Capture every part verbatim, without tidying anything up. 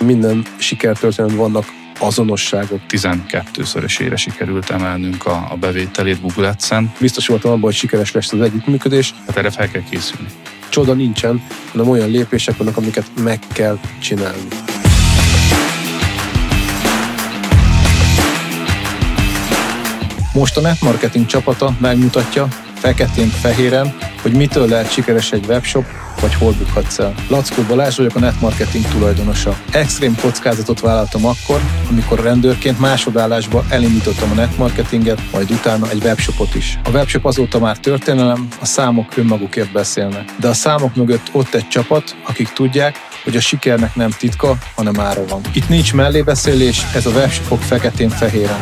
minden sikertörténet vannak azonosságok. tizenkettőszörösére sikerült emelnünk a, a bevételét Google Ads-en. Biztos voltam abban, hogy sikeres lesz az együttműködés. Hát erre fel kell készülni. Csoda nincsen, hanem olyan lépések vannak, amiket meg kell csinálni. Most a netmarketing csapata megmutatja feketén-fehéren, hogy mitől lehet sikeres egy webshop, vagy hol bukhatsz el. Lackó Balázs vagyok, a netmarketing tulajdonosa. Extrém kockázatot vállaltam akkor, amikor rendőrként másodállásba elindítottam a netmarketinget, majd utána egy webshopot is. A webshop azóta már történelem, a számok önmagukért beszélnek. De a számok mögött ott egy csapat, akik tudják, hogy a sikernek nem titka, hanem ára van. Itt nincs mellébeszélés, ez a webshopok feketén-fehéren.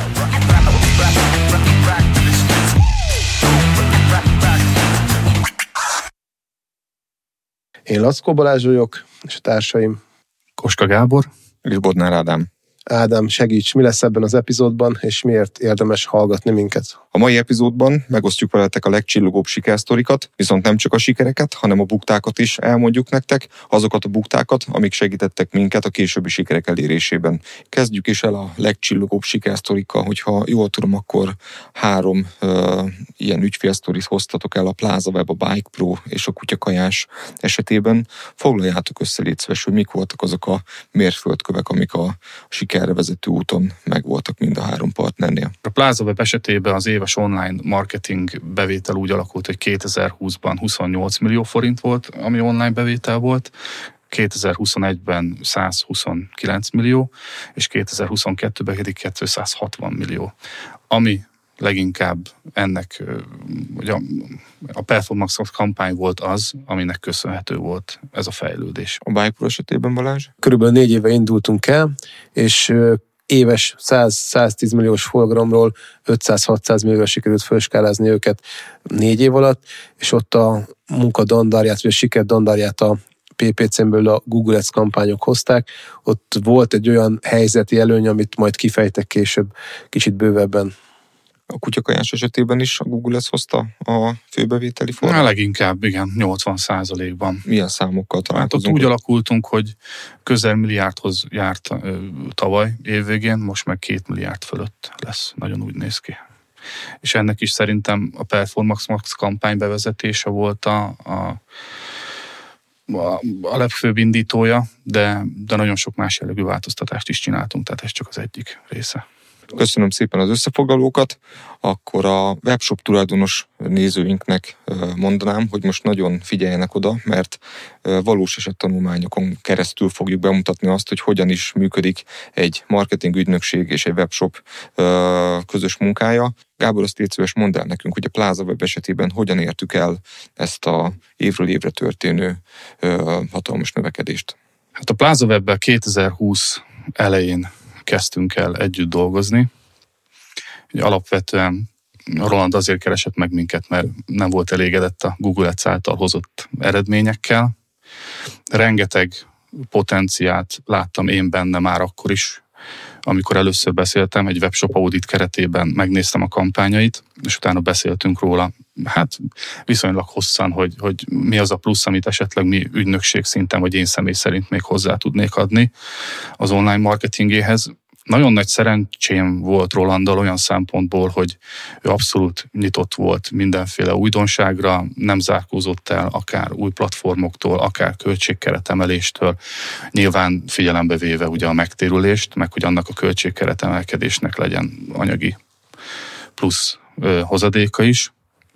Én Lackó Balázs vagyok, és a társaim Koska Gábor és Bodnár Ádám. Ádám, segíts, mi lesz ebben az epizódban, és miért érdemes hallgatni minket? A mai epizódban megosztjuk veletek a legcsillogóbb sikersztorikat, viszont nem csak a sikereket, hanem a buktákat is elmondjuk nektek, azokat a buktákat, amik segítettek minket a későbbi sikerek elérésében. Kezdjük is el a legcsillogóbb sikersztorikkal, hogyha jól tudom, akkor három uh, ilyen ügyfélsztorit hoztatok el a PlázaWeb, a Bike Pro és a Kutyakajás esetében. Foglaljátok össze, légy szíves, hogy mik voltak azok a mérföldkövek, amik a siker erre vezető úton megvoltak mind a három partnernél. A PlázaWeb esetében az éves online marketing bevétel úgy alakult, hogy kétezer-húszban huszonnyolc millió forint volt, ami online bevétel volt, kétezer-huszonegyben százhuszonkilenc millió, és kétezer-huszonkettőben pedig kétszázhatvan millió. Ami leginkább ennek, ugye a Performance kampány volt az, aminek köszönhető volt ez a fejlődés. A Bike Pro esetében, Balázs? Körülbelül négy éve indultunk el, és éves száz-száztíz milliós forgalomról ötszáz-hatszáz millióra sikerült felskálázni őket négy év alatt, és ott a munka dandárját, vagy a siker dandárját a pé pé cén belül a Google Ads kampányok hozták. Ott volt egy olyan helyzeti előny, amit majd kifejtek később kicsit bővebben. A Kutyakajás esetében is a Google Ads hozta a főbevételi formát? Na, leginkább, igen, nyolcvan százalékban. Milyen számokkal találkozunk? Hát ott úgy alakultunk, hogy közel milliárdhoz járt tavaly évvégén, most meg két milliárd fölött lesz. Nagyon úgy néz ki. És ennek is szerintem a Performance Max kampány bevezetése volt a, a, a, a legfőbb indítója, de, de nagyon sok más jellegű változtatást is csináltunk, tehát ez csak az egyik része. Köszönöm szépen az összefoglalókat. Akkor a webshop tulajdonos nézőinknek mondanám, hogy most nagyon figyeljenek oda, mert valós esettanulmányokon keresztül fogjuk bemutatni azt, hogy hogyan is működik egy marketing ügynökség és egy webshop közös munkája. Gábor, azt légy szíves, mondd el nekünk, hogy a PlázaWeb esetében hogyan értük el ezt a évről évre történő hatalmas növekedést. Hát a PlázaWebben kétezer-húsz elején kezdtünk el együtt dolgozni. Ugye alapvetően Roland azért keresett meg minket, mert nem volt elégedett a Google Ads által hozott eredményekkel. Rengeteg potenciált láttam én benne már akkor is, amikor először beszéltem, egy webshop audit keretében megnéztem a kampányait, és utána beszéltünk róla, hát viszonylag hosszan, hogy, hogy mi az a plusz, amit esetleg mi ügynökség szinten, vagy én személy szerint még hozzá tudnék adni az online marketingéhez. Nagyon nagy szerencsém volt Rolanddal olyan szempontból, hogy ő abszolút nyitott volt mindenféle újdonságra, nem zárkózott el akár új platformoktól, akár költségkeretemeléstől, nyilván figyelembe véve ugye a megtérülést, meg hogy annak a költségkeretemelkedésnek legyen anyagi plusz ö, hozadéka is.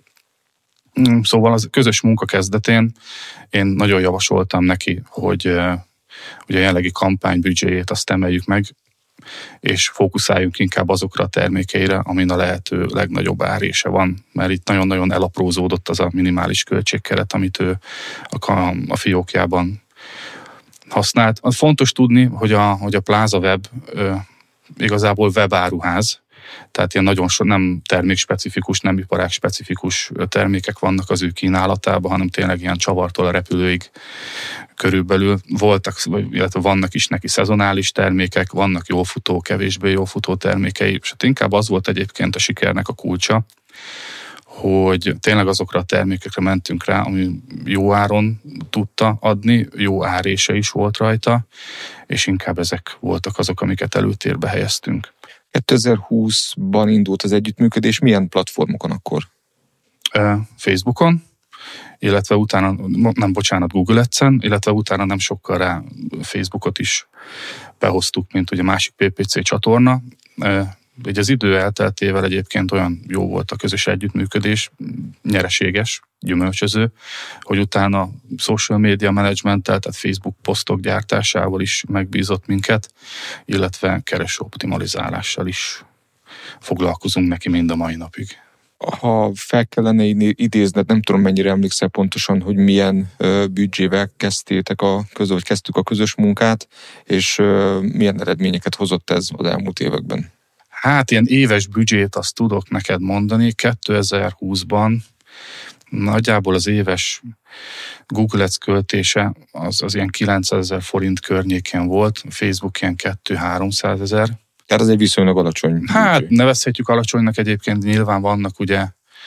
Szóval az közös munka kezdetén én nagyon javasoltam neki, hogy ö, ugye a jelenlegi kampánybüdzséjét azt emeljük meg, és fókuszáljunk inkább azokra a termékeire, amin a lehető legnagyobb árése van, mert itt nagyon-nagyon elaprózódott az a minimális költségkeret, amit ő a, a fiókjában használt. Fontos tudni, hogy a, hogy a PlázaWeb ö, igazából webáruház, tehát ilyen nagyon so, nem termékspecifikus, nem iparág specifikus termékek vannak az ő kínálatában, hanem tényleg ilyen csavartól a repülőig körülbelül voltak, illetve vannak is neki szezonális termékek, vannak jól futó, kevésbé jól futó termékei, és hát inkább az volt egyébként a sikernek a kulcsa, hogy tényleg azokra a termékekre mentünk rá, ami jó áron tudta adni, jó árése is volt rajta, és inkább ezek voltak azok, amiket előtérbe helyeztünk. kétezer-húszban indult az együttműködés, milyen platformokon akkor? Facebookon, illetve utána, nem bocsánat, Google Ads-en, illetve utána nem sokkal rá Facebookot is behoztuk, mint ugye másik pé pé cé csatorna. Ugye az idő elteltével egyébként olyan jó volt a közös együttműködés, nyereséges, gyümölcsöző, hogy utána social media managementtel, tehát Facebook posztok gyártásával is megbízott minket, illetve kereső optimalizálással is foglalkozunk neki mind a mai napig. Ha fel kellene idézned, nem tudom mennyire emlékszel pontosan, hogy milyen uh, büdzsével kezdtétek a közös, vagy kezdtük a közös munkát, és uh, milyen eredményeket hozott ez az elmúlt években? Hát ilyen éves büdzsét azt tudok neked mondani. kétezer-húszban nagyjából az éves Google Ads költése az, az ilyen kilencszázezer forint környékén volt, Facebook ilyen kétszáz-háromszázezer. Tehát ez egy viszonylag alacsony büdzsé. Hát nevezhetjük alacsonynak, egyébként, nyilván vannak ugye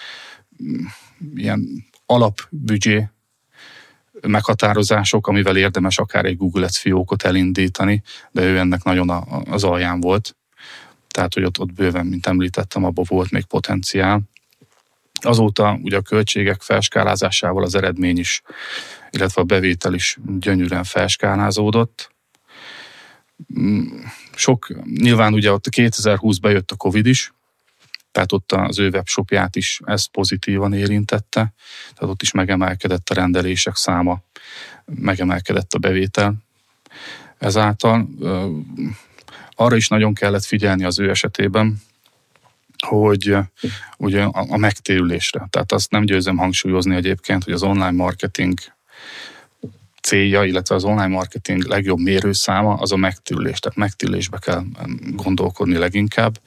ilyen alapbüdzsé meghatározások, amivel érdemes akár egy Google Ads fiókot elindítani, de ő ennek nagyon a, az alján volt. Tehát, hogy ott, ott bőven, mint említettem, abban volt még potenciál. Azóta ugye a költségek felskálázásával az eredmény is, illetve a bevétel is gyönyörűen felskálázódott. Sok, nyilván ugye ott kétezer-húszban jött a Covid is, tehát ott az ő webshopját is ez pozitívan érintette, tehát ott is megemelkedett a rendelések száma, megemelkedett a bevétel. Ezáltal arra is nagyon kellett figyelni az ő esetében, hogy ugye a, a megtérülésre. Tehát azt nem győzöm hangsúlyozni egyébként, hogy az online marketing célja, illetve az online marketing legjobb mérőszáma az a megtérülés. Tehát megtérülésbe kell gondolkodni leginkább,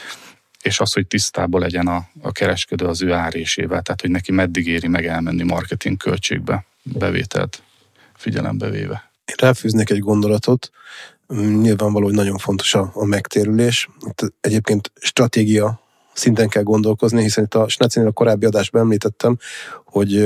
és az, hogy tisztában legyen a, a kereskedő az ő árésével, tehát hogy neki meddig éri meg elmenni marketing költségbe, bevételt figyelembe véve. Én ráfűznék egy gondolatot, nyilvánvaló, hogy nagyon fontos a, a megtérülés. Itt egyébként stratégia szinten kell gondolkozni, hiszen itt a Snacénél a korábbi adásban említettem, hogy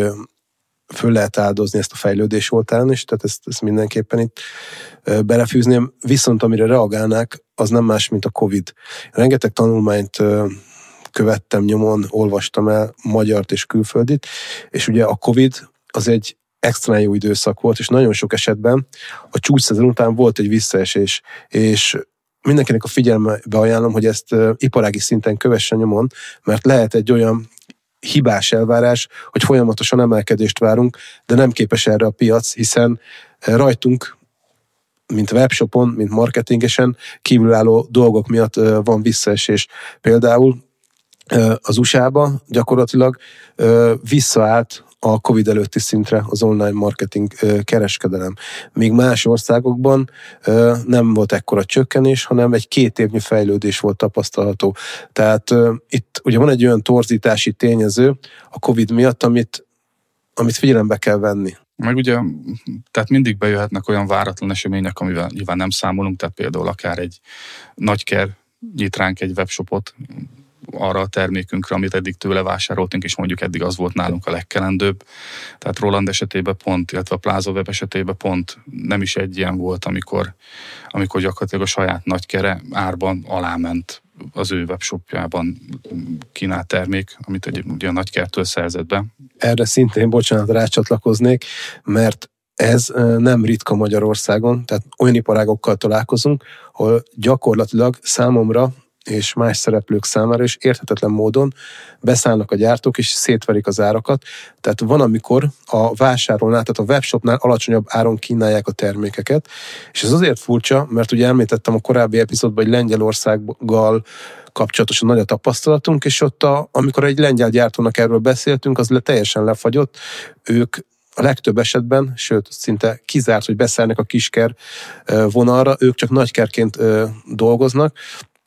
föl lehet áldozni ezt a fejlődés oltárán is, tehát ezt, ezt mindenképpen itt belefűzném. Viszont amire reagálnák, az nem más, mint a Covid. Rengeteg tanulmányt követtem nyomon, olvastam el, magyart és külföldit, és ugye a Covid az egy extra jó időszak volt, és nagyon sok esetben a csúcsszezon után volt egy visszaesés, és mindenkinek a figyelmebe ajánlom, hogy ezt uh, iparági szinten kövessen nyomon, mert lehet egy olyan hibás elvárás, hogy folyamatosan emelkedést várunk, de nem képes erre a piac, hiszen rajtunk, mint webshopon, mint marketingesen kívülálló dolgok miatt uh, van visszaesés. Például uh, az u es á-ba gyakorlatilag uh, visszaállt a Covid előtti szintre az online marketing kereskedelem. Míg más országokban nem volt ekkora csökkenés, hanem egy két évnyi fejlődés volt tapasztalható. Tehát itt ugye van egy olyan torzítási tényező a Covid miatt, amit, amit figyelembe kell venni. Meg ugye, tehát mindig bejöhetnek olyan váratlan események, amivel nyilván nem számolunk, tehát például akár egy nagyker nyit ránk egy webshopot, arra a termékünkre, amit eddig tőle vásároltunk, és mondjuk eddig az volt nálunk a legkelendőbb. Tehát Roland esetében pont, illetve a Plaza Web esetében pont nem is egy ilyen volt, amikor, amikor gyakorlatilag a saját nagykere árban aláment az ő webshopjában kínált termék, amit egy, ugye a nagykertől szerzett be. Erre szintén, bocsánat, rácsatlakoznék, mert ez nem ritka Magyarországon, tehát olyan iparágokkal találkozunk, ahol gyakorlatilag számomra és más szereplők számára is érthetetlen módon beszállnak a gyártók, és szétverik az árakat. Tehát van, amikor a vásárolnál, tehát a webshopnál alacsonyabb áron kínálják a termékeket, és ez azért furcsa, mert ugye említettem a korábbi epizódban, hogy Lengyelországgal kapcsolatosan nagy a tapasztalatunk, és ott, a, amikor egy lengyel gyártónak erről beszéltünk, az le, teljesen lefagyott. Ők a legtöbb esetben, sőt, szinte kizárt, hogy beszállnak a kisker vonalra, ők csak nagykerként dolgoznak.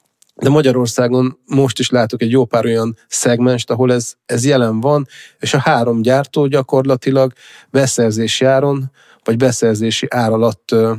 De Magyarországon most is látok egy jó pár olyan szegmenst, ahol ez, ez jelen van, és a három gyártó gyakorlatilag beszerzési áron, vagy beszerzési ár alatt ö,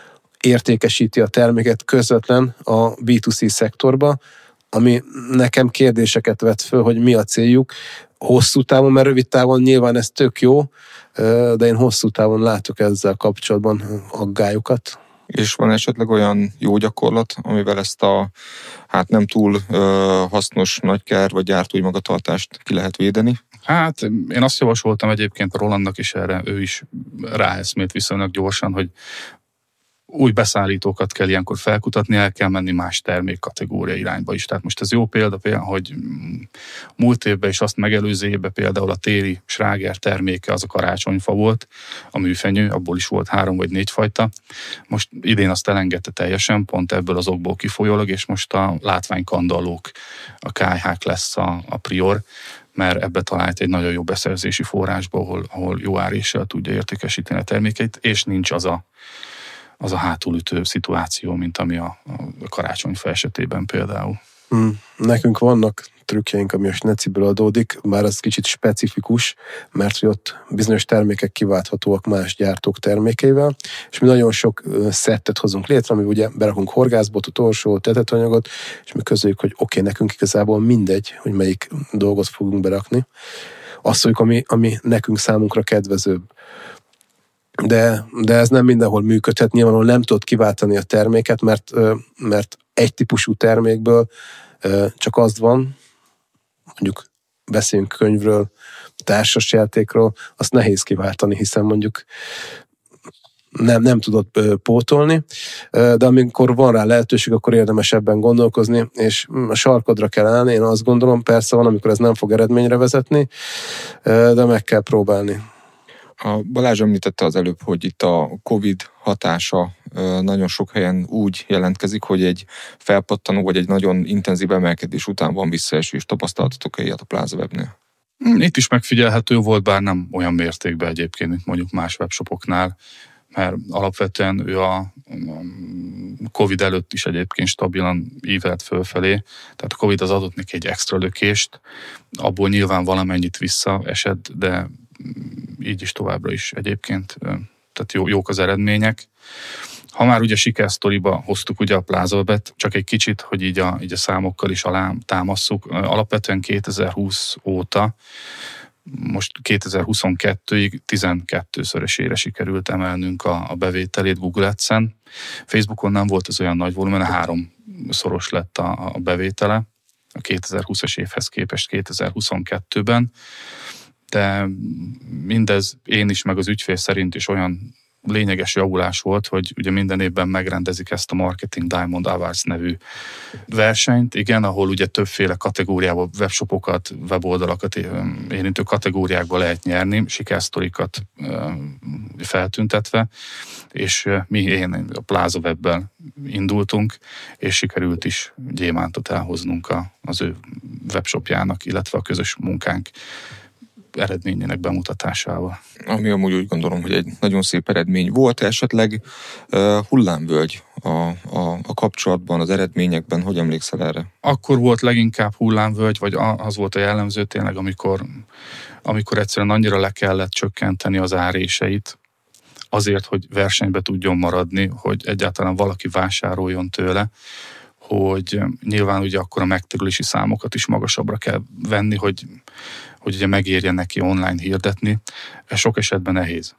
értékesíti a terméket közvetlen a bé kettő cé szektorba, ami nekem kérdéseket vet föl, hogy mi a céljuk. hosszú távon, mert rövid távon nyilván ez tök jó, de én hosszú távon látok ezzel kapcsolatban aggályokat. És van esetleg olyan jó gyakorlat, amivel ezt a hát nem túl ö, hasznos nagykár vagy gyártói magatartást ki lehet védeni? Hát én azt javasoltam egyébként a Rolandnak is erre, ő is ráeszmélt viszonylag gyorsan, hogy új beszállítókat kell ilyenkor felkutatni, el kell menni más termékkategória irányba is. Tehát most ez jó példa, például, hogy múlt évben is azt megelőző évben például a téli sláger terméke az a karácsonyfa volt, a műfenyő, abból is volt három vagy négy fajta. Most idén azt elengedte teljesen, pont ebből az okból kifolyólag, és most a látványkandallók, a ká há-k lesz a, a prior, mert ebbe talált egy nagyon jó beszerzési forrásba, ahol, ahol jó áréssel tudja értékesíteni a termékeit, és nincs az a az a hátulütő szituáció, mint ami a, a karácsonyfa esetében például. Hmm. Nekünk vannak trükkjeink, ami a Sneciből adódik, bár az kicsit specifikus, mert hogy ott bizonyos termékek kiválthatóak más gyártók termékeivel, és mi nagyon sok szettet hozunk létre, ami ugye berakunk horgászbotot, orsót, tetetőanyagot, és mi közöljük, hogy oké, okay, nekünk igazából mindegy, hogy melyik dolgot fogunk berakni. Azt mondjuk, ami, ami nekünk számunkra kedvezőbb. De, de ez nem mindenhol működhet, nyilvánvalóan nem tudod kiváltani a terméket, mert, mert egy típusú termékből csak az van, mondjuk beszéljünk könyvről, társasjátékról, azt nehéz kiváltani, hiszen mondjuk nem, nem tudod pótolni, de amikor van rá lehetőség, akkor érdemes ebben gondolkozni, és a sarkodra kell állni, én azt gondolom, persze van, amikor ez nem fog eredményre vezetni, de meg kell próbálni. A Balázs említette az előbb, hogy itt a Covid hatása nagyon sok helyen úgy jelentkezik, hogy egy felpattanó vagy egy nagyon intenzív emelkedés után van visszaesés. Tapasztaltatok ilyet a Plázawebnél? Itt is megfigyelhető volt, bár nem olyan mértékben egyébként, mint mondjuk más webshopoknál, mert alapvetően ő a Covid előtt is egyébként stabilan ívelt fölfelé, tehát a Covid az adott neki egy extra lökést, abból nyilván valamennyit visszaesett, de így is továbbra is egyébként, tehát jó, jók az eredmények. Ha már ugye sikersztoriba hoztuk ugye a Plázawebet, csak egy kicsit, hogy így a, így a számokkal is alá támasszuk, alapvetően kétezer-húsz óta, most kétezer-huszonkettőig tizenkettőszörösére sikerült emelnünk a, a bevételét Google Ads-en. Facebookon nem volt az olyan nagy volumen, háromszoros lett a, a bevétele a kétezer-húszas évhez képest kétezer-huszonkettőben, de mindez én is, meg az ügyfél szerint is olyan lényeges javulás volt, hogy ugye minden évben megrendezik ezt a Marketing Diamond Awards nevű versenyt, igen, ahol ugye többféle kategóriában webshopokat, weboldalakat érintő kategóriákba lehet nyerni, sikersztorikat feltüntetve, és mi, én a Plázawebben indultunk, és sikerült is gyémántot elhoznunk a, az ő webshopjának, illetve a közös munkánk eredményének bemutatásával. Ami amúgy úgy gondolom, hogy egy nagyon szép eredmény volt, esetleg uh, hullámvölgy a, a, a kapcsolatban, az eredményekben, hogy emlékszel erre? Akkor volt leginkább hullámvölgy, vagy az volt a jellemző tényleg, amikor, amikor egyszerűen annyira le kellett csökkenteni az áréseit, azért, hogy versenybe tudjon maradni, hogy egyáltalán valaki vásároljon tőle, hogy nyilván ugye akkor a megtérülési számokat is magasabbra kell venni, hogy, hogy ugye megérjen neki online hirdetni. Ez sok esetben nehéz.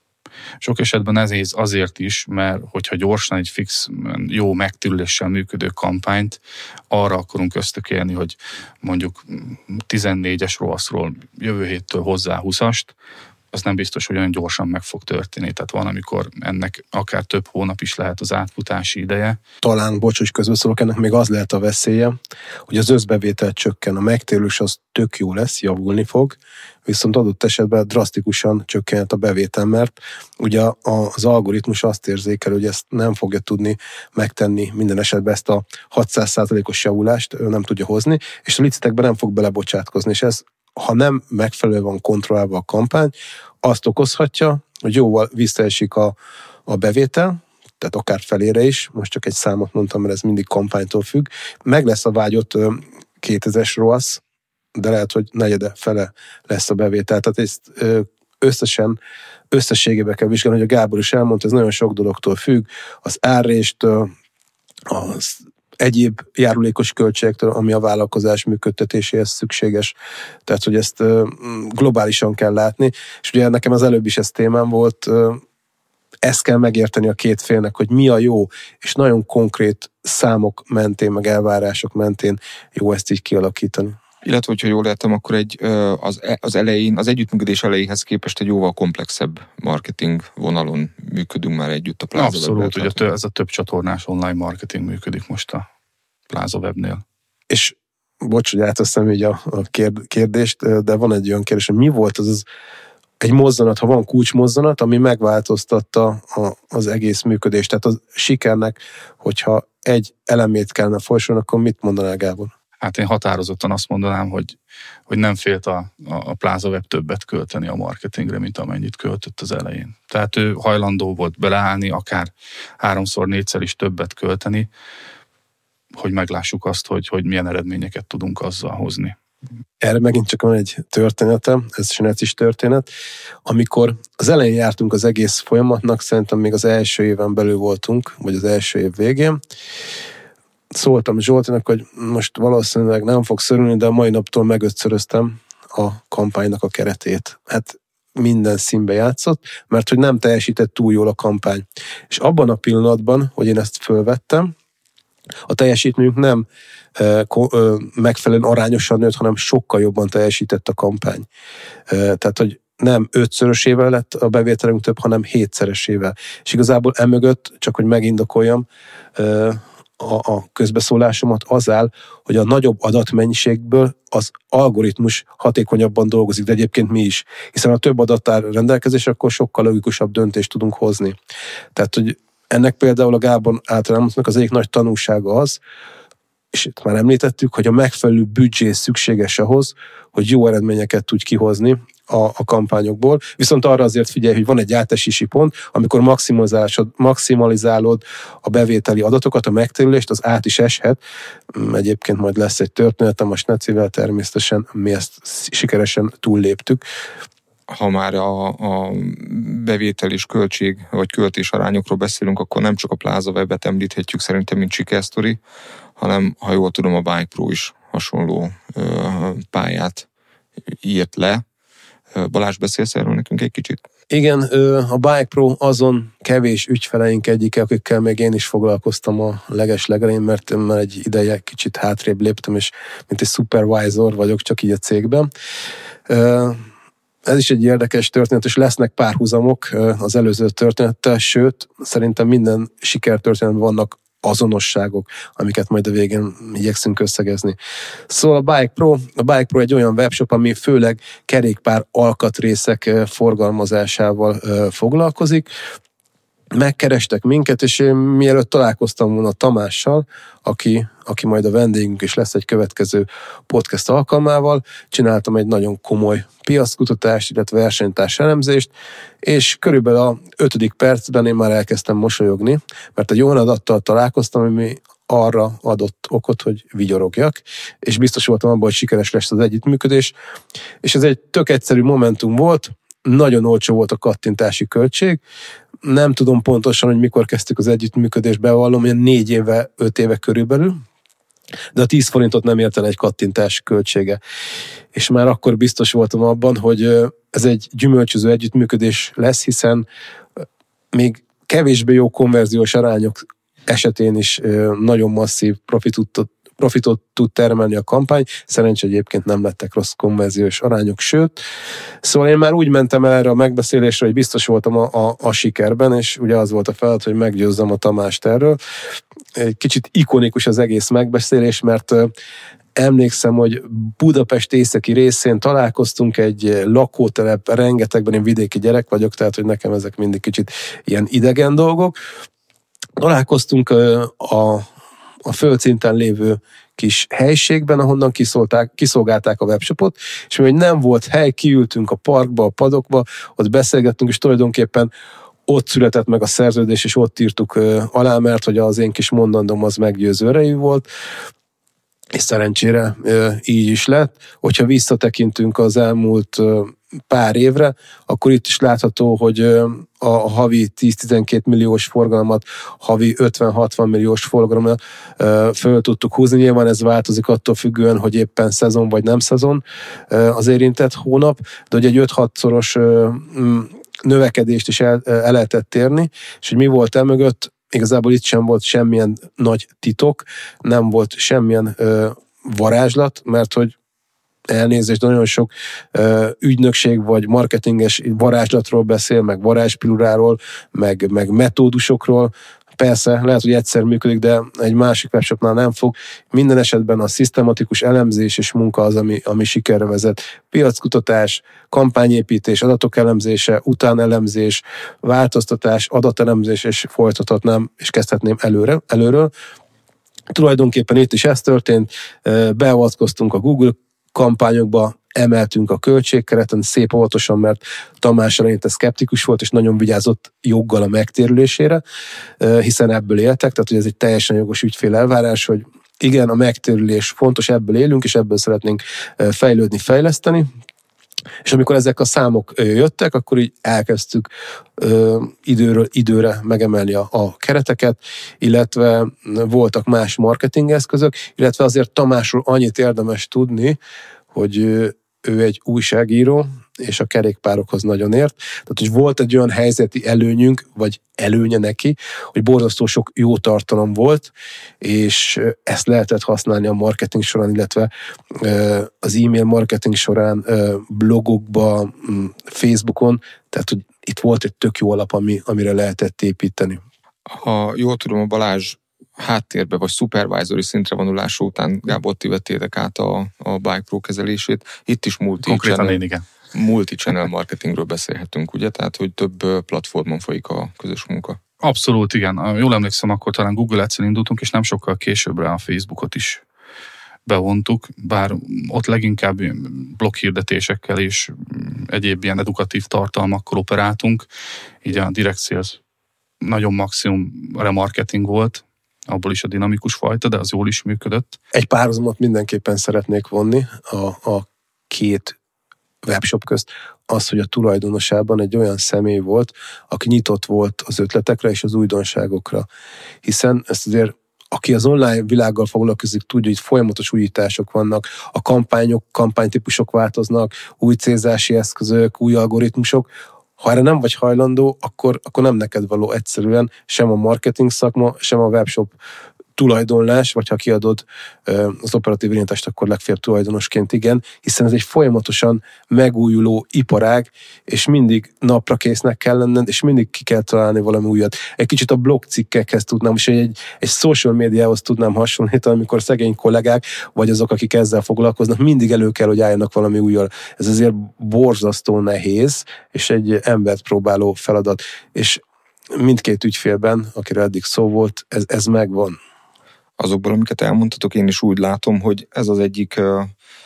Sok esetben nehéz azért is, mert hogyha gyorsan egy fix, jó megtérüléssel működő kampányt arra akarunk ösztökélni, hogy mondjuk tizennégyes rohaszról jövő héttől hozzá húszast, az nem biztos, hogy olyan gyorsan meg fog történni. Tehát van, amikor ennek akár több hónap is lehet az átfutási ideje. Talán, bocs, hogy közbeszólok, ennek még az lehet a veszélye, hogy az összbevétel csökken, a megtérülés az tök jó lesz, javulni fog, viszont adott esetben drasztikusan csökkenhet a bevétel, mert ugye az algoritmus azt érzékel, hogy ezt nem fogja tudni megtenni minden esetben, ezt a hatszáz százalékos javulást ő nem tudja hozni, és a licitekben nem fog belebocsátkozni, és ez, ha nem megfelelően van kontrollálva a kampány, azt okozhatja, hogy jóval visszaesik a, a bevétel, tehát akár felére is, most csak egy számot mondtam, mert ez mindig kampánytól függ, meg lesz a vágyott kétezres rohasz, de lehet, hogy negyede fele lesz a bevétel, tehát ezt összesen, összességében kell vizsgálni, hogy a Gábor is elmondta, ez nagyon sok dologtól függ, az árréstől, az egyéb járulékos költségektől, ami a vállalkozás működtetéséhez szükséges. Tehát, hogy ezt globálisan kell látni. És ugye nekem az előbb is ez témám volt, ezt kell megérteni a két félnek, hogy mi a jó, és nagyon konkrét számok mentén, meg elvárások mentén jó ezt így kialakítani. Illetve, hogyha jól értem, akkor egy, az, az elején, az együttműködés elejéhez képest egy jóval komplexebb marketing vonalon működünk már együtt a Plaza Webben. Abszolút, ugye ez a több csatornás online marketing működik most a Plaza Webnél. És bocs, hogy átveszem így a, a kérdést, de van egy olyan kérdés, hogy mi volt az, az egy mozzanat, ha van kulcsmozzanat, ami megváltoztatta a, az egész működést. Tehát a sikernek, hogyha egy elemét kellene folysolni, akkor mit mondanál, Gábor? Hát én határozottan azt mondanám, hogy, hogy nem félt a, a Plaza Web többet költeni a marketingre, mint amennyit költött az elején. Tehát ő hajlandó volt beleállni, akár háromszor, négyszer is többet költeni, hogy meglássuk azt, hogy, hogy milyen eredményeket tudunk azzal hozni. Erre megint csak van egy történetem, ez is történet. Amikor az elején jártunk az egész folyamatnak, szerintem még az első éven belül voltunk, vagy az első év végén, szóltam Zsoltinak, hogy most valószínűleg nem fog szörülni, de a mai naptól megötszöröztem a kampánynak a keretét. Hát minden színbe játszott, mert hogy nem teljesített túl jól a kampány. És abban a pillanatban, hogy én ezt fölvettem, a teljesítményünk nem ö, ö, megfelelően arányosan nőtt, hanem sokkal jobban teljesített a kampány. Ö, tehát, hogy nem ötszörösével lett a bevételünk több, hanem hétszeresével. És igazából emögött, csak hogy megindokoljam, ö, A, a közbeszólásomat az áll, hogy a nagyobb adatmennyiségből az algoritmus hatékonyabban dolgozik, de egyébként mi is. Hiszen a több adat áll rendelkezésre, akkor sokkal logikusabb döntést tudunk hozni. Tehát, hogy ennek például a Gábor általánosnak az egyik nagy tanulsága az, és itt már említettük, hogy a megfelelő büdzsé szükséges ahhoz, hogy jó eredményeket tudj kihozni a, a kampányokból. Viszont arra azért figyelj, hogy van egy átesési pont, amikor maximalizálod, maximalizálod a bevételi adatokat, a megtérülést, az át is eshet. Egyébként majd lesz egy történetem a Snecivel, természetesen mi ezt sikeresen túlléptük. Ha már a, a bevétel és költség, vagy költés arányokról beszélünk, akkor nem csak a Plaza Webet említhetjük szerintem, mint sikersztori, hanem, ha jól tudom, a Bike Pro is hasonló ö, pályát írt le. Balázs, beszélsz erről nekünk egy kicsit? Igen, a Bike Pro azon kevés ügyfeleink egyike, akikkel még én is foglalkoztam a leges legelején, mert én már egy ideje kicsit hátrébb léptem, és mint egy supervisor vagyok csak így a cégben. Ez is egy érdekes történet, és lesznek párhuzamok az előző történettel, sőt, szerintem minden sikertörténetben vannak azonosságok, amiket majd a végén igyekszünk összegezni. Szóval a Bike Pro, a Bike Pro egy olyan webshop, ami főleg kerékpár alkatrészek forgalmazásával foglalkozik. Megkerestek minket, és én mielőtt találkoztam volna Tamással, aki, aki majd a vendégünk is lesz egy következő podcast alkalmával, csináltam egy nagyon komoly piackutatást, illetve versenytárs elemzést, és körülbelül a ötödik percben én már elkezdtem mosolyogni, mert egy olyan adattal találkoztam, ami arra adott okot, hogy vigyorogjak, és biztos voltam abban, hogy sikeres lesz az együttműködés, és ez egy tök egyszerű momentum volt, nagyon olcsó volt a kattintási költség, nem tudom pontosan, hogy mikor kezdtük az együttműködést, bevallom, ilyen négy éve, öt éve körülbelül, de a tíz forintot nem ért el egy kattintás költsége. És már akkor biztos voltam abban, hogy ez egy gyümölcsöző együttműködés lesz, hiszen még kevésbé jó konverziós arányok esetén is nagyon masszív profitot, profitot tud termelni a kampány. Szerencsé egyébként nem lettek rossz konverziós arányok, sőt. Szóval én már úgy mentem el erre a megbeszélésre, hogy biztos voltam a, a, a sikerben, és ugye az volt a feladat, hogy meggyőzzem a Tamást erről. Egy kicsit ikonikus az egész megbeszélés, mert emlékszem, hogy Budapest északi részén találkoztunk egy lakótelep, rengetegben, én vidéki gyerek vagyok, tehát hogy nekem ezek mindig kicsit ilyen idegen dolgok. Találkoztunk a a földszinten lévő kis helységben, ahonnan kiszolták, kiszolgálták a webshopot, és mi, hogy nem volt hely, kiültünk a parkba, a padokba, ott beszélgettünk, és tulajdonképpen ott született meg a szerződés, és ott írtuk alá, mert hogy az én kis mondandóm az meggyőző erejű volt. és szerencsére így is lett. Hogyha visszatekintünk az elmúlt pár évre, akkor itt is látható, hogy a havi tíz-tizenkét milliós forgalmat havi ötven-hatvan milliós forgalomra föl tudtuk húzni. Nyilván ez változik attól függően, hogy éppen szezon vagy nem szezon az érintett hónap, de hogy egy öt-hatszoros növekedést is el, el lehetett érni, és hogy mi volt emögött, igazából itt sem volt semmilyen nagy titok, nem volt semmilyen ö, varázslat, mert hogy elnézést, nagyon sok ö, ügynökség vagy marketinges varázslatról beszél, meg varázspiluráról, meg, meg metódusokról. Persze, lehet, hogy egyszer működik, de egy másik webshopnál nem fog. Minden esetben a szisztematikus elemzés és munka az, ami, ami sikerre vezet. Piackutatás, kampányépítés, adatok elemzése, utánelemzés, változtatás, adatelemzés, és folytathatnám, és kezdhetném előre, előről. Tulajdonképpen itt is ez történt, beavatkoztunk a Google kampányokba, emeltünk a költségkereten szép óvatosan, mert Tamás eleinte szkeptikus volt, és nagyon vigyázott joggal a megtérülésére, hiszen ebből éltek, tehát hogy ez egy teljesen jogos ügyfél elvárás, hogy igen, a megtérülés fontos, ebből élünk, és ebből szeretnénk fejlődni, fejleszteni. És amikor ezek a számok jöttek, akkor így elkezdtük ö, időről időre megemelni a, a kereteket, illetve voltak más marketingeszközök, illetve azért Tamásról annyit érdemes tudni, hogy ő egy újságíró, és a kerékpárokhoz nagyon ért. Tehát, hogy volt egy olyan helyzeti előnyünk, vagy előnye neki, hogy borzasztó sok jó tartalom volt, és ezt lehetett használni a marketing során, illetve az e-mail marketing során, blogokba, Facebookon, tehát, hogy itt volt egy tök jó alap, ami, amire lehetett építeni. Ha jól tudom, a Balázs háttérbe vagy supervisory szintre vonulása után, Gábor, ti vettétek át a, a Bike Pro kezelését. Itt is multi-channel, multi-channel marketingről beszélhetünk, ugye? Tehát, hogy több platformon folyik a közös munka. Abszolút, igen. Jól emlékszem, akkor talán Google Ads-en indultunk, és nem sokkal későbbre a Facebookot is bevontuk, bár ott leginkább blogghirdetésekkel és egyéb ilyen edukatív tartalmakkal operáltunk. Így a direct sales nagyon maximum remarketing volt, abból is a dinamikus fajta, de az jól is működött. Egy párhuzamot mindenképpen szeretnék vonni a, a két webshop közt, az, hogy a tulajdonosában egy olyan személy volt, aki nyitott volt az ötletekre és az újdonságokra. Hiszen ezt azért, aki az online világgal foglalkozik, tudja, hogy folyamatos újítások vannak, a kampányok, kampánytípusok változnak, új célzási eszközök, új algoritmusok. Ha erre nem vagy hajlandó, akkor, akkor nem neked való egyszerűen sem a marketing szakma, sem a webshop tulajdonlás, vagy ha kiadod az operatív irányítást, akkor legfeljebb tulajdonosként igen, hiszen ez egy folyamatosan megújuló iparág, és mindig napra késznek kell lenned, és mindig ki kell találni valami újat. Egy kicsit a blogcikkekhez tudnám, és egy, egy social médiához tudnám hasonlítani, amikor szegény kollégák, vagy azok, akik ezzel foglalkoznak, mindig elő kell, hogy álljanak valami újjal. Ez azért borzasztó nehéz, és egy embert próbáló feladat. És mindkét ügyfélben, akire eddig szó volt, ez, ez megvan. Azokból, amiket elmondtatok, én is úgy látom, hogy ez az egyik uh,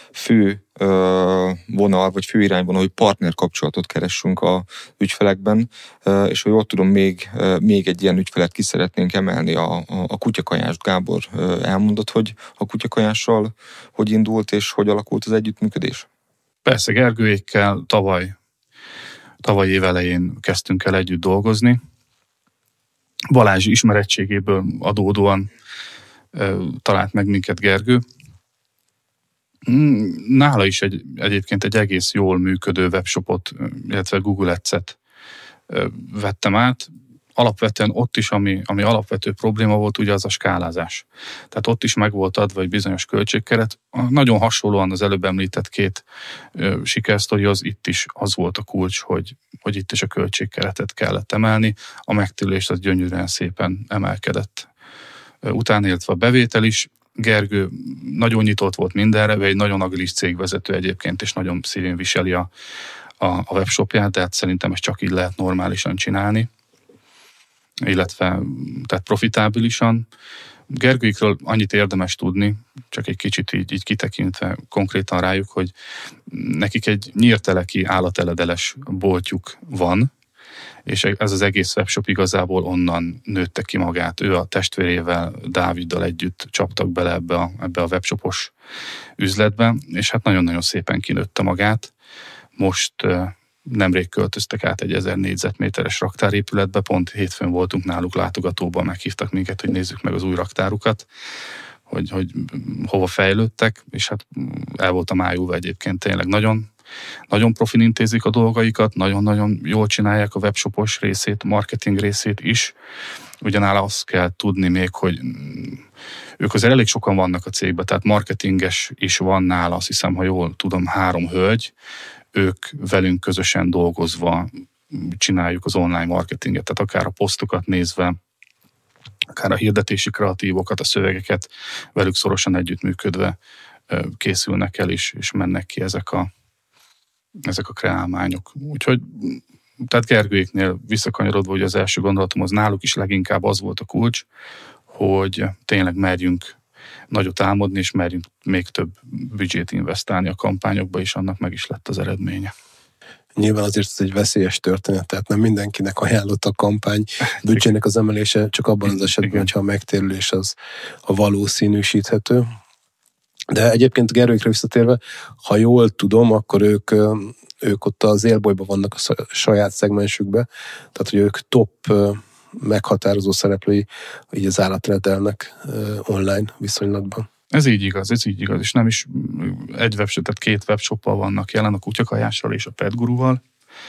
fő uh, vonal, vagy fő irányvonal, hogy partnerkapcsolatot keressünk a ügyfelekben, uh, és hogy jól tudom, még, uh, még egy ilyen ügyfelet ki szeretnénk emelni, a, a, a kutyakajást. Gábor uh, elmondott, hogy a kutyakajással hogy indult, és hogy alakult az együttműködés? Persze, Gergőékkel tavaly, tavaly év elején kezdtünk el együtt dolgozni. Balázs ismerettségéből adódóan talált meg minket Gergő. Nála is egy, egyébként egy egész jól működő webshopot, illetve Google Ads-et vettem át. Alapvetően ott is, ami, ami alapvető probléma volt, ugye az a skálázás. Tehát ott is meg volt adva egy bizonyos költségkeret. Nagyon hasonlóan az előbb említett két sikersztorihoz, itt is az volt a kulcs, hogy, hogy itt is a költségkeretet kellett emelni. A megtérülés az gyönyörűen szépen emelkedett. Utána, illetve a bevétel is. Gergő nagyon nyitott volt mindenre, vagy egy nagyon agilis cégvezető egyébként, és nagyon szívén viseli a, a, a webshopját, de hát szerintem ezt csak így lehet normálisan csinálni, illetve tehát profitábilisan. Gergőikről annyit érdemes tudni, csak egy kicsit így, így kitekintve konkrétan rájuk, hogy nekik egy nyírteleki állateledeles boltjuk van, és ez az egész webshop igazából onnan nőtte ki magát. Ő a testvérével, Dáviddal együtt csaptak bele ebbe a, ebbe a webshopos üzletbe, és hát nagyon-nagyon szépen kinőtte magát. Most nemrég költöztek át egy ezer négyzetméteres raktárépületbe, pont hétfőn voltunk náluk látogatóban, meghívtak minket, hogy nézzük meg az új raktárukat, hogy, hogy hova fejlődtek, és hát el voltam ájulva egyébként, tényleg nagyon, nagyon profin intézik a dolgaikat, nagyon-nagyon jól csinálják a webshopos részét, marketing részét is. Ugyanáll azt kell tudni még, hogy ők azért elég sokan vannak a cégben, tehát marketinges is van nála, azt hiszem, ha jól tudom, három hölgy, ők velünk közösen dolgozva csináljuk az online marketinget, tehát akár a posztokat nézve, akár a hirdetési kreatívokat, a szövegeket velük szorosan együttműködve készülnek el is, és mennek ki ezek a, ezek a kreálmányok. Úgyhogy, tehát Gergőiknél visszakanyarodva, hogy az első gondolatom az náluk is leginkább az volt a kulcs, hogy tényleg merjünk nagyot álmodni, és merjünk még több büdzsét investálni a kampányokba, és annak meg is lett az eredménye. Nyilván azért ez egy veszélyes történet, tehát nem mindenkinek ajánlott a kampány büdzsének az emelése, csak abban az esetben, hogyha a megtérülés az a valószínűsíthető. De egyébként Gergőkre visszatérve, ha jól tudom, akkor ők, ők ott az élbolyban vannak a saját szegmensükbe, tehát hogy ők top meghatározó szereplői így az állatrendelnek online viszonylatban. Ez így igaz, ez így igaz, és nem is egy webshop, tehát két webshoppal vannak jelen, a kutyakajással és a petguruval,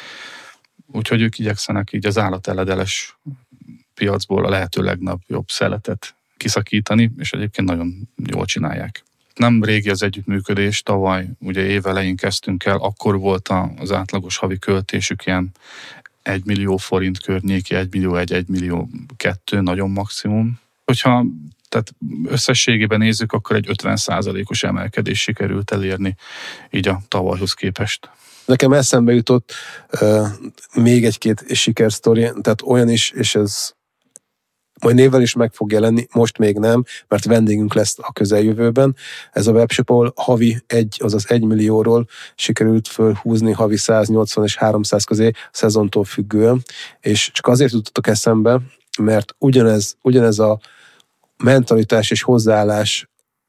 úgyhogy ők igyekszenek így az állateledeles piacból a lehető legnagyobb szeletet kiszakítani, és egyébként nagyon jól csinálják. Nem régi az együttműködés, tavaly ugye évelején kezdtünk el, akkor volt az átlagos havi költésük ilyen egy millió forint környéki, egy millió egy, egy millió kettő, nagyon maximum. Hogyha tehát összességében nézzük, akkor egy ötven százalékos emelkedés sikerült elérni így a tavalyhoz képest. Nekem eszembe jutott uh, még egy-két sikersztori, tehát olyan is, és ez majd névvel is meg fog jelenni, most még nem, mert vendégünk lesz a közeljövőben. Ez a webshop, ahol havi egy, azaz egy millióról sikerült fölhúzni havi száznyolcvan és háromszáz közé szezontól függően, és csak azért jutottak eszembe, mert ugyanez, ugyanez a mentalitás és hozzáállás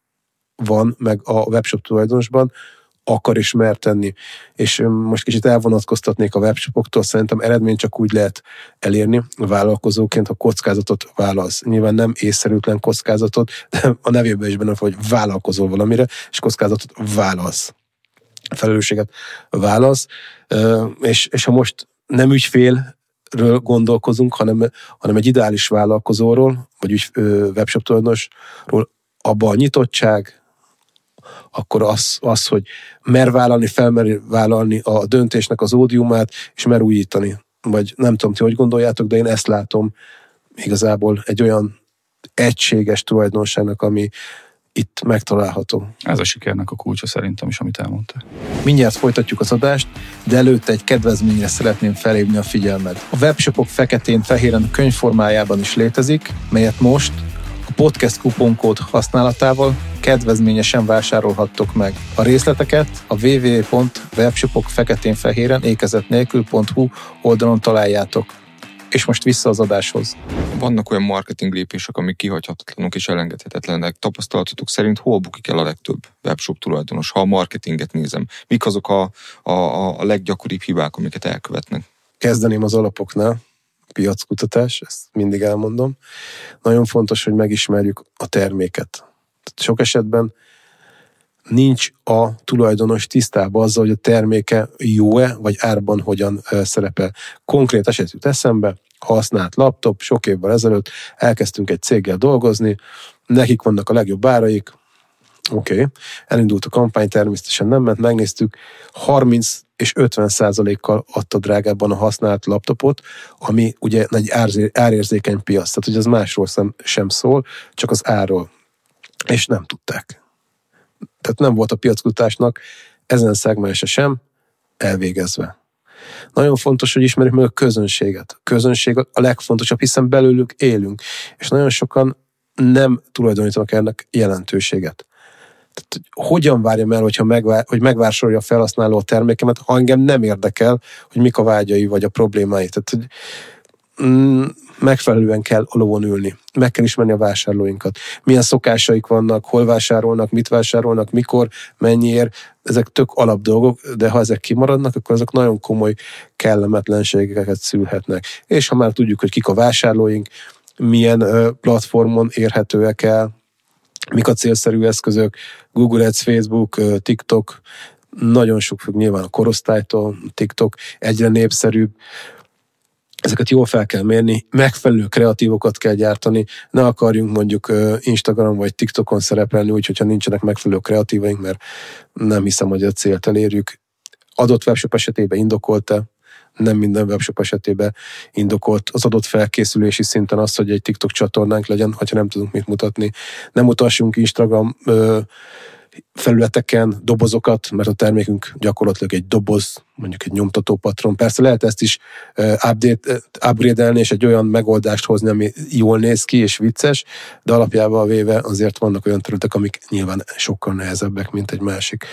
van meg a webshop tulajdonosban, akar és mer tenni. És most kicsit elvonatkoztatnék a webshopoktól, szerintem eredményt csak úgy lehet elérni vállalkozóként, ha kockázatot válasz. Nyilván nem észszerűtlen kockázatot, de a nevében is benne, hogy vállalkozol valamire, és kockázatot válasz. Felelősséget válasz. És, és ha most nem ügyfélről gondolkozunk, hanem, hanem egy ideális vállalkozóról, vagy ügy, webshop tulajdonosról, abban a nyitottság, akkor az, az, hogy mer vállalni, felmer vállalni a döntésnek az ódiumát, és mer újítani. Vagy nem tudom, ti hogy gondoljátok, de én ezt látom igazából egy olyan egységes tulajdonságnak, ami itt megtalálható. Ez a sikernek a kulcsa szerintem is, amit elmondtál. Mindjárt folytatjuk az adást, de előtte egy kedvezményre szeretném felhívni a figyelmet. A webshopok feketén-fehéren könyvformájában is létezik, melyet most a podcast kuponkód használatával kedvezményesen vásárolhattok meg. A részleteket a double-u double-u double-u pont webshopok feketén-fehéren ékezet nélkül pont hu oldalon találjátok. És most vissza az adáshoz. Vannak olyan marketing lépések, amik kihagyhatatlanok és elengedhetetlenek. Tapasztalatotok szerint hol bukik el a legtöbb webshop tulajdonos, ha a marketinget nézem? Mik azok a, a, a leggyakoribb hibák, amiket elkövetnek? Kezdeném az alapoknál. Piackutatás, ezt mindig elmondom. Nagyon fontos, hogy megismerjük a terméket. Sok esetben nincs a tulajdonos tisztában azzal, hogy a terméke jó-e, vagy árban hogyan szerepel. Konkrét eset jut eszembe, használt laptop, sok évvel ezelőtt elkezdtünk egy céggel dolgozni, nekik vannak a legjobb áraik, oké, okay. Elindult a kampány, természetesen nem ment, megnéztük, harminc és ötven százalékkal adta drágábban a használt laptopot, ami ugye egy árérzékeny piac, tehát hogy az másról sem, sem szól, csak az árról. És nem tudták. Tehát nem volt a piackutatásnak ezen szegmense sem elvégezve. Nagyon fontos, hogy ismerjük meg a közönséget. A közönség a legfontosabb, hiszen belőlük élünk, és nagyon sokan nem tulajdonítanak ennek jelentőséget. Tehát, hogy hogyan várjam el, hogyha megvár, hogy megvásárolja a felhasználó a termékemet, ha engem nem érdekel, hogy mik a vágyai vagy a problémái. Tehát, hogy mm, megfelelően kell a lovon ülni. Meg kell ismerni a vásárlóinkat. Milyen szokásaik vannak, hol vásárolnak, mit vásárolnak, mikor, mennyiért. Ezek tök alap dolgok, de ha ezek kimaradnak, akkor azok nagyon komoly kellemetlenségeket szülhetnek. És ha már tudjuk, hogy kik a vásárlóink, milyen ö, platformon érhetőek el, mik a célszerű eszközök, Google Ads, Facebook, ö, TikTok, nagyon sok függ nyilván a korosztálytól, TikTok egyre népszerűbb. Ezeket jól fel kell mérni, megfelelő kreatívokat kell gyártani, ne akarjunk mondjuk Instagram vagy TikTokon szerepelni, úgyhogy ha nincsenek megfelelő kreatívaink, mert nem hiszem, hogy a célt elérjük. Adott webshop esetében indokolt-e? Nem minden webshop esetében indokolt az adott felkészülési szinten az, hogy egy TikTok csatornánk legyen, ha nem tudunk mit mutatni. Nem mutassunk Instagram ö, felületeken dobozokat, mert a termékünk gyakorlatilag egy doboz, mondjuk egy nyomtató patron. Persze lehet ezt is uh, update, uh, upgrade-elni, és egy olyan megoldást hozni, ami jól néz ki és vicces, de alapjában véve azért vannak olyan területek, amik nyilván sokkal nehezebbek, mint egy másik.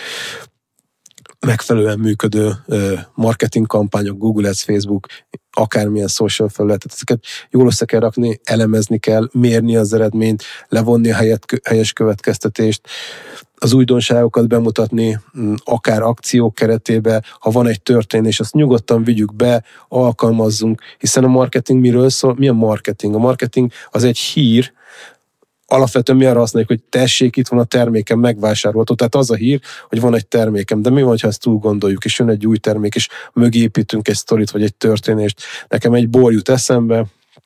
Megfelelően működő uh, marketing kampányok, Google Ads, Facebook, akármilyen social felületet, ezeket jól össze kell rakni, elemezni kell, mérni az eredményt, levonni a helyet, helyes következtetést, az újdonságokat bemutatni, akár akciók keretében, ha van egy történés, azt nyugodtan vigyük be, alkalmazzunk, hiszen a marketing miről szól? Mi a marketing? A marketing az egy hír, alapvetően mi arra használjuk, hogy tessék, itt van a termékem, megvásárolható. Tehát az a hír, hogy van egy termékem, de mi van, ha ezt túl gondoljuk, és jön egy új termék, és mögé építünk egy sztorit, vagy egy történést. Nekem egy bor jut eszembe,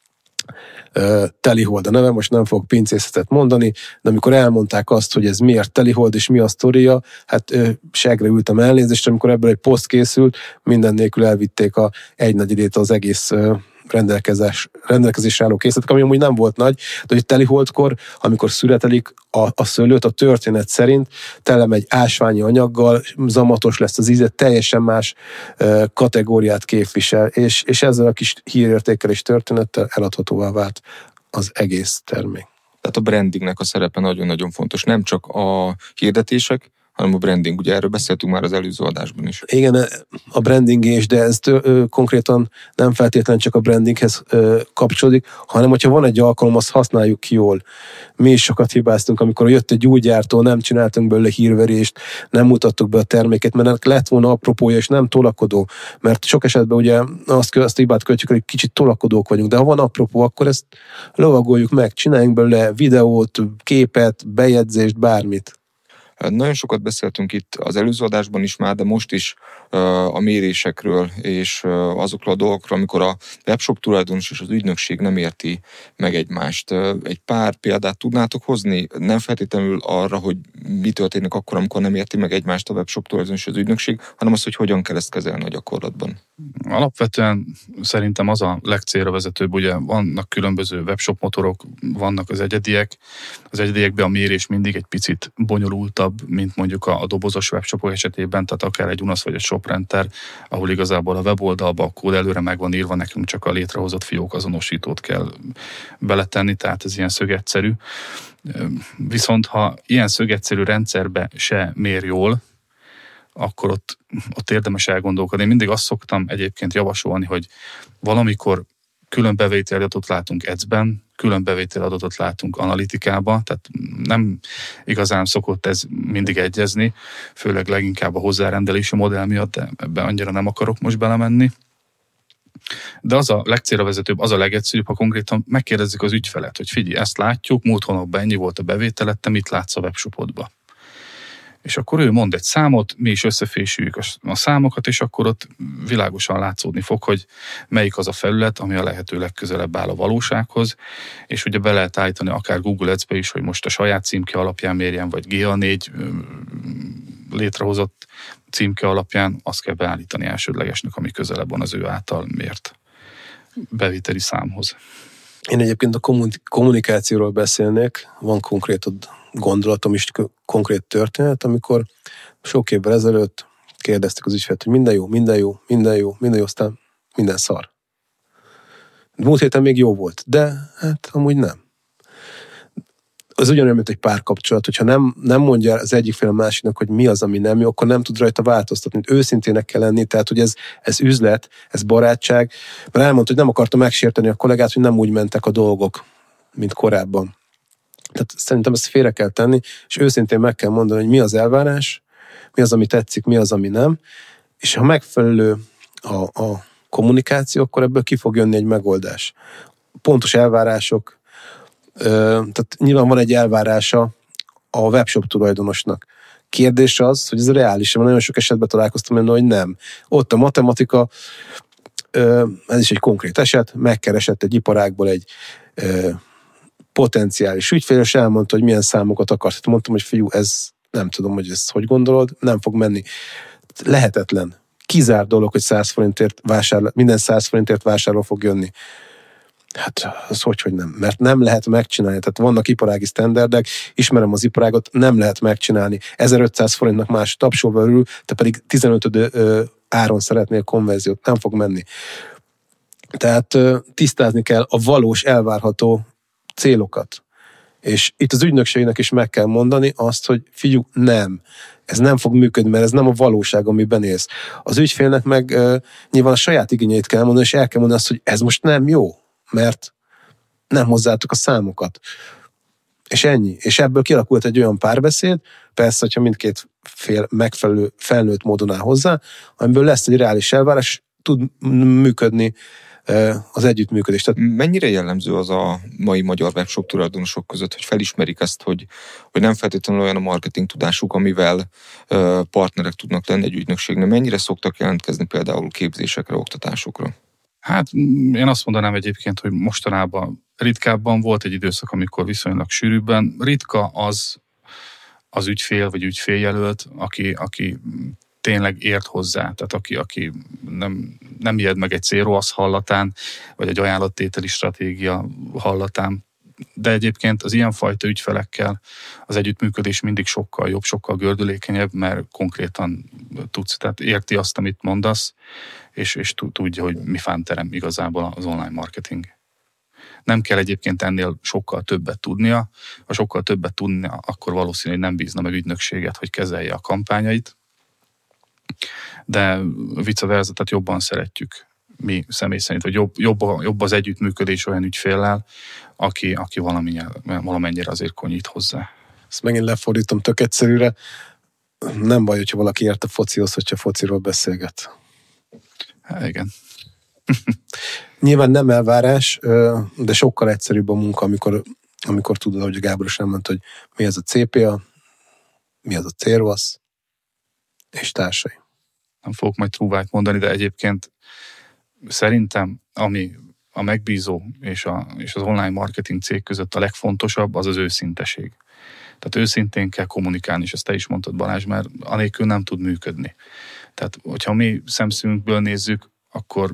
Telihold a neve, most nem fogok pincészetet mondani, de amikor elmondták azt, hogy ez miért Telihold és mi a sztoria, hát segre ültem elnézést, amikor ebből egy poszt készült, minden nélkül elvitték a egynegyedét az egész rendelkezés, rendelkezésre álló készletek, ami amúgy nem volt nagy, de hogy Teliholdkor, amikor szüretelik a, a szőlőt, a történet szerint telemegy ásványi anyaggal, zamatos lesz az íze, teljesen más uh, kategóriát képvisel, és, és ezzel a kis hírértékelés történettel eladhatóvá vált az egész termék. Tehát a brandingnek a szerepe nagyon-nagyon fontos, nem csak a hirdetések, hanem a branding. Ugye erről beszéltünk már az előző adásban is. Igen, a branding is, de ez ö, konkrétan nem feltétlenül csak a brandinghez ö, kapcsolódik, hanem hogyha van egy alkalom, azt használjuk ki jól. Mi is sokat hibáztunk, amikor jött egy új gyártó, nem csináltunk belőle hírverést, nem mutattuk be a terméket, mert ennek lett volna apropója, és nem tolakodó. Mert sok esetben ugye azt, azt hibát követjük, hogy kicsit tolakodók vagyunk, de ha van apropó, akkor ezt lovagoljuk meg, csináljunk belőle videót, képet, bejegyzést, bármit. Nagyon sokat beszéltünk itt az előző adásban is már, de most is a mérésekről és azokról a dolgokról, amikor a webshop tulajdonos és az ügynökség nem érti meg egymást. Egy pár példát tudnátok hozni? Nem feltétlenül arra, hogy mi történik akkor, amikor nem érti meg egymást a webshop tulajdonos és az ügynökség, hanem az, hogy hogyan kell ezt kezelni a gyakorlatban. Alapvetően szerintem az a legcélra vezetőbb, ugye vannak különböző webshop motorok, vannak az egyediek. Az egyediekben a mérés mindig egy picit bonyolultabb, mint mondjuk a, a dobozos webshopok esetében, tehát akár egy Unasz vagy egy ShopRenter, ahol igazából a weboldalba a kód előre meg van írva, nekünk csak a létrehozott fiók azonosítót kell beletenni, tehát ez ilyen szögegyszerű. Viszont ha ilyen szögegyszerű rendszerbe se mér jól, akkor ott, ott érdemes elgondolkodni. Én mindig azt szoktam egyébként javasolni, hogy valamikor külön bevételi adatot látunk Ads-ben, külön bevételi adatot látunk analitikában, tehát nem igazán szokott ez mindig egyezni, főleg leginkább a hozzárendelési modell miatt, de ebben annyira nem akarok most belemenni. De az a legcélra vezetőbb, az a legegyszerűbb, ha konkrétan megkérdezzük az ügyfelet, hogy figyelj, ezt látjuk, múlt hónapban ennyi volt a bevételed, te mit látsz a webshopodba? És akkor ő mond egy számot, mi is összefésüljük a számokat, és akkor ott világosan látszódni fog, hogy melyik az a felület, ami a lehető legközelebb áll a valósághoz, és ugye be lehet állítani akár Google Ads-be is, hogy most a saját címke alapján mérjen, vagy G A négy létrehozott címke alapján, azt kell beállítani elsődlegesnek, ami közelebb van az ő által mért bevételi számhoz. Én egyébként a kommunikációról beszélnék, van konkrét gondolatom is, konkrét történet, amikor sok évvel ezelőtt kérdeztük az ügyfelet, hogy minden jó, minden jó, minden jó, minden jó, aztán minden szar. Múlt héten még jó volt, de hát amúgy nem. az ugyanolyan, mint egy párkapcsolat, hogyha nem, nem mondja az egyik fél a másiknak, hogy mi az, ami nem jó, akkor nem tud rajta változtatni. Őszintének kell lenni, tehát hogy ez, ez üzlet, ez barátság, mert elmondta, hogy nem akarta megsérteni a kollégát, hogy nem úgy mentek a dolgok, mint korábban. Tehát szerintem ezt félre kell tenni, és őszintén meg kell mondani, hogy mi az elvárás, mi az, ami tetszik, mi az, ami nem, és ha megfelelő a, a kommunikáció, akkor ebből ki fog jönni egy megoldás. Pontos elvárások, tehát nyilván van egy elvárása a webshop tulajdonosnak. Kérdés az, hogy ez reális, mert nagyon sok esetben találkoztam enne, hogy nem. Ott a matematika, ez is egy konkrét eset, megkeresett egy iparágból egy potenciális ügyfél, és elmondta, hogy milyen számokat akart. Mondtam, hogy fiú, ez nem tudom, hogy ezt hogy gondolod, nem fog menni. Lehetetlen. Kizár dolog, hogy száz forintért vásárol, minden száz forintért vásárol fog jönni. Hát az hogy, hogy nem. Mert nem lehet megcsinálni. Tehát vannak iparági sztenderdek, ismerem az iparágot, nem lehet megcsinálni. ezerötszáz forintnak más tapsolva örül, te pedig tizenötöd áron szeretnél konverziót. Nem fog menni. Tehát tisztázni kell a valós, elvárható célokat. És itt az ügynökségnek is meg kell mondani azt, hogy figyelj, nem. Ez nem fog működni, mert ez nem a valóság, amiben élsz. Az ügyfélnek meg uh, nyilván a saját igényeit kell mondani, és el kell mondani azt, hogy ez most nem jó, mert nem hozzátok a számokat. És ennyi. És ebből kialakult egy olyan párbeszéd, persze, hogyha mindkét fél megfelelő felnőtt módon áll hozzá, amiből lesz egy reális elvárás, tud működni az együttműködés. Tehát mennyire jellemző az a mai magyar webshop tulajdonosok között, hogy felismerik ezt, hogy, hogy nem feltétlenül olyan a marketing tudásuk, amivel uh, partnerek tudnak lenni egy ügynökségnél. Mennyire szoktak jelentkezni például képzésekre, oktatásokra? Hát én azt mondanám egyébként, hogy mostanában ritkábban volt egy időszak, amikor viszonylag sűrűbben. Ritka az az ügyfél vagy ügyféljelölt, aki, aki tényleg ért hozzá, tehát aki, aki nem, nem ijed meg egy célrohasz hallatán, vagy egy ajánlattételi stratégia hallatán. De egyébként az ilyenfajta ügyfelekkel az együttműködés mindig sokkal jobb, sokkal gördülékenyebb, mert konkrétan tudsz, tehát érti azt, amit mondasz, és, és tudja, hogy mi fánterem igazából az online marketing. Nem kell egyébként ennél sokkal többet tudnia. Ha sokkal többet tudnia, akkor valószínű, hogy nem bízna meg ügynökséget, hogy kezelje a kampányait. De vice versa, tehát jobban szeretjük mi személy szerint, hogy jobb, jobb, jobb az együttműködés olyan ügyféllel, aki, aki valamennyire, valamennyire azért konyít hozzá. Ezt megint lefordítom tök egyszerűre. Nem baj, hogyha valaki ért a focihoz, hogyha fociról beszélget. Há, igen. Nyilván nem elvárás, de sokkal egyszerűbb a munka, amikor, amikor tudod, hogy a Gábor is elmondta, hogy mi az a cé pé á, mi az a célrohasz, és társai. Nem fogok majd trúvált mondani, de egyébként szerintem, ami a megbízó és, a, és az online marketing cég között a legfontosabb, az az őszinteség. Tehát őszintén kell kommunikálni, és ezt te is mondtad, Balázs, mert anélkül nem tud működni. Tehát, hogyha mi szemszögünkből nézzük, akkor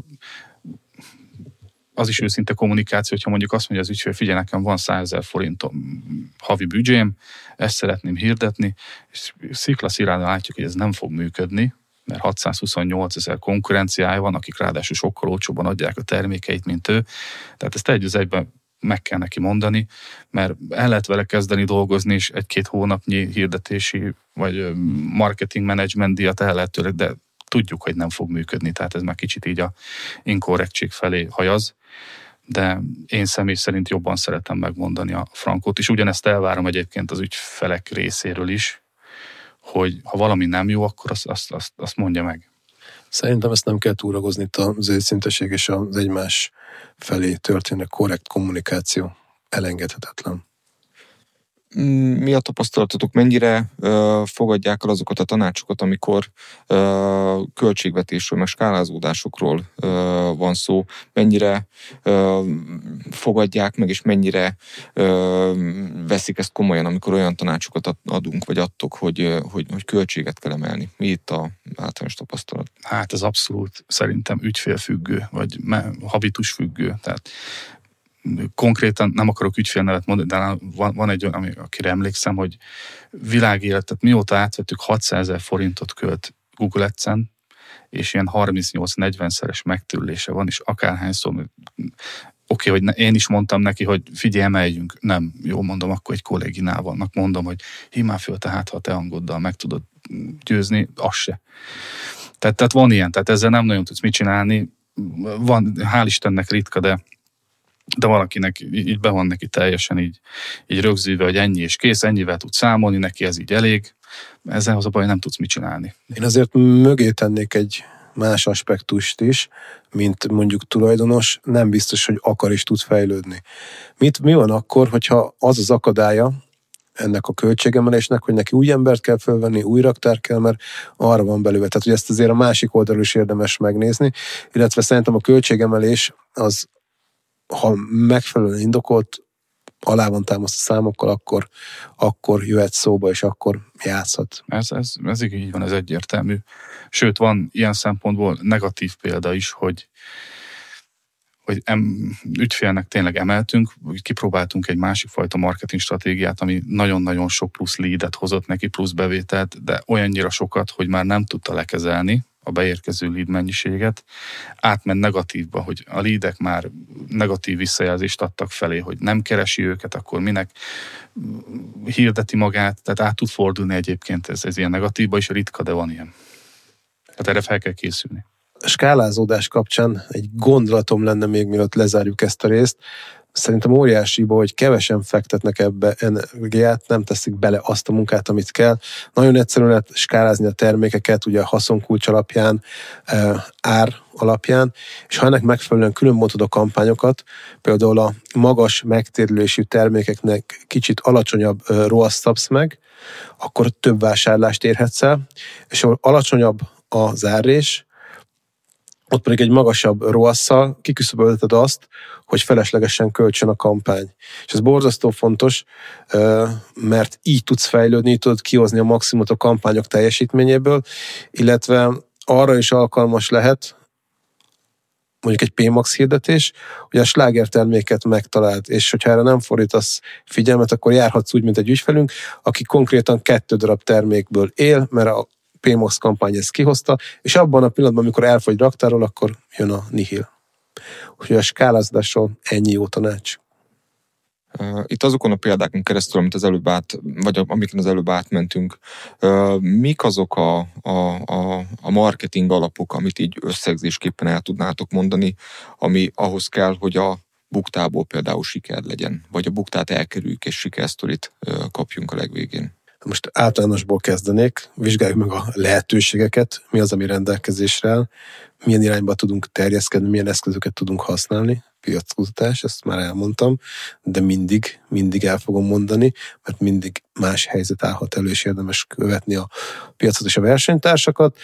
az is őszinte kommunikáció, hogyha mondjuk azt mondja az ügyfél, figyelj, nekem van százezer forintom havi büdzsém, ezt szeretném hirdetni, és sziklaszirádon látjuk, hogy ez nem fog működni, mert hatszázhuszonnyolcezer konkurenciája van, akik ráadásul sokkal olcsóban adják a termékeit, mint ő. Tehát ezt egy az egyben meg kell neki mondani, mert el lehet vele kezdeni dolgozni, és egy-két hónapnyi hirdetési vagy marketing management díjat el lehet tőle, de tudjuk, hogy nem fog működni, tehát ez már kicsit így a inkorrektség felé hajaz, de én személy szerint jobban szeretem megmondani a frankót, és ugyanezt elvárom egyébként az ügyfelek részéről is, hogy ha valami nem jó, akkor azt, azt, azt, azt mondja meg. Szerintem ezt nem kell túragozni, itt az őszinteség és az egymás felé történő korrekt kommunikáció elengedhetetlen. Mi a tapasztalatotok? Mennyire uh, fogadják el azokat a tanácsokat, amikor uh, költségvetésről, meg skálázódásokról uh, van szó? Mennyire uh, fogadják meg, és mennyire uh, veszik ezt komolyan, amikor olyan tanácsokat adunk, vagy adtok, hogy, hogy, hogy költséget kell emelni? Mi itt a általános tapasztalat? Hát ez abszolút szerintem ügyfélfüggő, vagy habitusfüggő. Tehát konkrétan nem akarok ügyfélnevet mondani, de van, van egy olyan, akire emlékszem, hogy világéletet mióta átvettük hatszázezer forintot költ Google Adsen, és ilyen harmincnyolc-negyvenszeres megtérülése van, és akárhányszor oké, hogy ne, én is mondtam neki, hogy figyelj, emeljünk. Nem, jó, mondom, akkor egy kolléginál vannak. Mondom, hogy hívj már föl, tehát ha te hangoddal meg tudod győzni, az se. Tehát, tehát van ilyen, tehát ezzel nem nagyon tudsz mit csinálni. Van, hál' Istennek ritka, de, de valakinek így be van neki teljesen így, így rögzítve, hogy ennyi és kész, ennyivel tud számolni, neki ez így elég. Ezzel az a baj, nem tudsz mit csinálni. Én azért mögé tennék egy más aspektust is, mint mondjuk tulajdonos, nem biztos, hogy akar és tud fejlődni. Mit, mi van akkor, hogyha az az akadálya ennek a költségemelésnek, hogy neki új embert kell fölvenni, új raktár kell, mert arra van belőle. Tehát, hogy ezt azért a másik oldalról is érdemes megnézni, illetve szerintem a költségemelés az, ha megfelelően indokolt, alá van támaszt a számokkal, akkor, akkor jöhet szóba, és akkor játszhat. Ez, ez, ez így van, ez egyértelmű. Sőt, van ilyen szempontból negatív példa is, hogy, hogy em, ügyfélnek tényleg emeltünk, kipróbáltunk egy másik fajta marketing stratégiát, ami nagyon-nagyon sok plusz leadet hozott neki, plusz bevételt, de olyannyira sokat, hogy már nem tudta lekezelni a beérkező lead mennyiséget, átment negatívba, hogy a leadek már negatív visszajelzést adtak felé, hogy nem keresi őket, akkor minek hirdeti magát, tehát át tud fordulni egyébként ez, ez ilyen negatívba, és ritka, de van ilyen. Hát erre fel kell készülni. A skálázódás kapcsán egy gondolatom lenne még, mielőtt lezárjuk ezt a részt. Szerintem óriásiba, hogy kevesen fektetnek ebbe energiát, nem teszik bele azt a munkát, amit kell. Nagyon egyszerűen lehet skálázni a termékeket, ugye a haszonkulcs alapján, ár alapján, és ha ennek megfelelően különbontod a kampányokat, például a magas megtérülésű termékeknek kicsit alacsonyabb er o á szabsz meg, akkor több vásárlást érhetsz el, és ahol alacsonyabb az árrés, ott pedig egy magasabb er o á-szal kiküszöbölheted azt, hogy feleslegesen költsön a kampány. És ez borzasztó fontos, mert így tudsz fejlődni, így tudod kihozni a maximumot a kampányok teljesítményéből, illetve arra is alkalmas lehet, mondjuk egy P-Max hirdetés, hogy a slágerterméket megtaláld, és hogyha erre nem fordítasz figyelmet, akkor járhatsz úgy, mint egy ügyfelünk, aki konkrétan kettő darab termékből él, mert a P-Max kampány ezt kihozta, és abban a pillanatban, amikor elfogy raktárról, akkor jön a nihil. Úgyhogy a skálázásról ennyi jó tanács. Itt azokon a példákon keresztül, amit az előbb át, vagy amiken az előbb átmentünk, mik azok a, a, a, a marketing alapok, amit így összegzésképpen el tudnátok mondani, ami ahhoz kell, hogy a buktából például siker legyen, vagy a buktát elkerüljük és sikersztorit kapjunk a legvégén? Most általánosból kezdenék, vizsgáljuk meg a lehetőségeket, mi az, ami rendelkezésre áll, milyen irányba tudunk terjeszkedni, milyen eszközöket tudunk használni, piackutatás, ezt már elmondtam, de mindig, mindig el fogom mondani, mert mindig más helyzet állhat elő, és érdemes követni a piacot és a versenytársakat.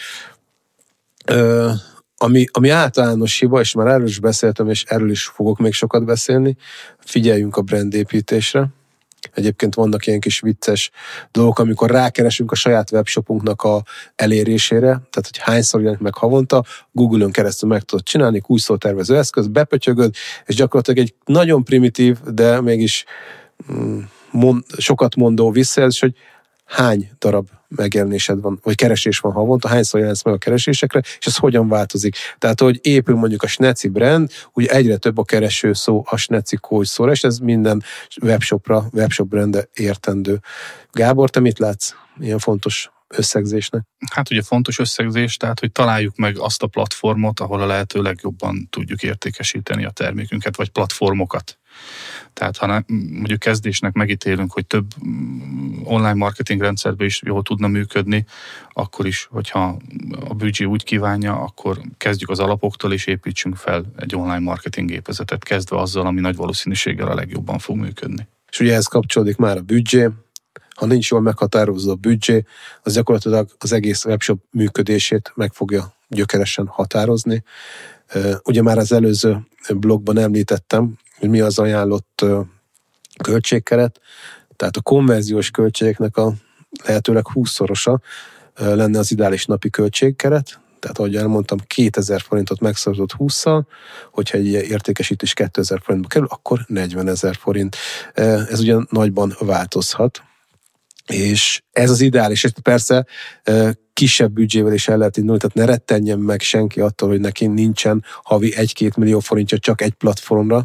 Ö, ami, ami általános hiba, és már erről is beszéltem, és erről is fogok még sokat beszélni, figyeljünk a brandépítésre. Egyébként vannak ilyen kis vicces dolgok, amikor rákeresünk a saját webshopunknak a elérésére, tehát hogy hányszor jelenik meg havonta, Google-ön keresztül meg tudod csinálni, kulcsszótervező eszköz, bepötyögöd, és gyakorlatilag egy nagyon primitív, de mégis mond, sokat mondó visszajelzés, hogy hány darab megjelenésed van, vagy keresés van havonta, hányszor jelensz meg a keresésekre, és ez hogyan változik. Tehát, hogy épül mondjuk a Sneci brand, úgy egyre több a kereső szó a Sneci kódszóra, és ez minden webshopra, webshop brandre értendő. Gábor, te mit látsz ilyen fontos összegzésnek? Hát ugye fontos összegzés, tehát hogy találjuk meg azt a platformot, ahol a lehető legjobban tudjuk értékesíteni a termékünket, vagy platformokat. Tehát ha nem, mondjuk kezdésnek megítélünk, hogy több online marketing rendszerben is jól tudna működni, akkor is, hogyha a büdzsé úgy kívánja, akkor kezdjük az alapoktól, és építsünk fel egy online marketing gépezetet, kezdve azzal, ami nagy valószínűséggel a legjobban fog működni. És ugye ehhez kapcsolódik már a büdzsé. Ha nincs jól meghatározó a büdzsé, az gyakorlatilag az egész webshop működését meg fogja gyökeresen határozni. Ugye már az előző blogban említettem, hogy mi az ajánlott költségkeret, tehát a konverziós költségeknek a lehetőleg húszszorosa lenne az ideális napi költségkeret, tehát ahogy elmondtam, kétezer forintot megszorozott hússzal, hogyha egy értékesítés kétezer forintba kerül, akkor negyvenezer forint. Ez ugyan nagyban változhat, és ez az ideális, és persze kisebb büdzsével is el lehet indulni, tehát ne rettenjen meg senki attól, hogy neki nincsen havi egy-két millió forintja csak egy platformra,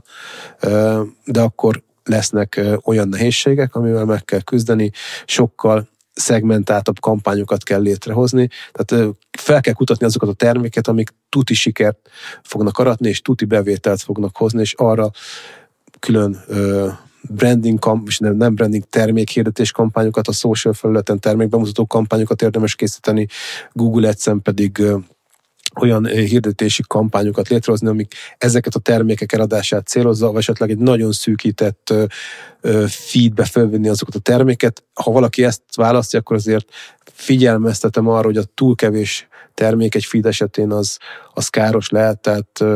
de akkor lesznek olyan nehézségek, amivel meg kell küzdeni, sokkal szegmentáltabb kampányokat kell létrehozni, tehát fel kell kutatni azokat a terméket, amik tuti sikert fognak aratni, és tuti bevételt fognak hozni, és arra külön branding, és nem, nem branding, termékhirdetés kampányokat, a social felületen termékbemutató kampányokat érdemes készíteni, Google AdSense pedig olyan hirdetési kampányokat létrehozni, amik ezeket a termékek eladását célozza, vagy esetleg egy nagyon szűkített feedbe felvinni azokat a terméket. Ha valaki ezt választja, akkor azért figyelmeztetem arra, hogy a túl kevés termék egy feed esetén az, az káros lehet, tehát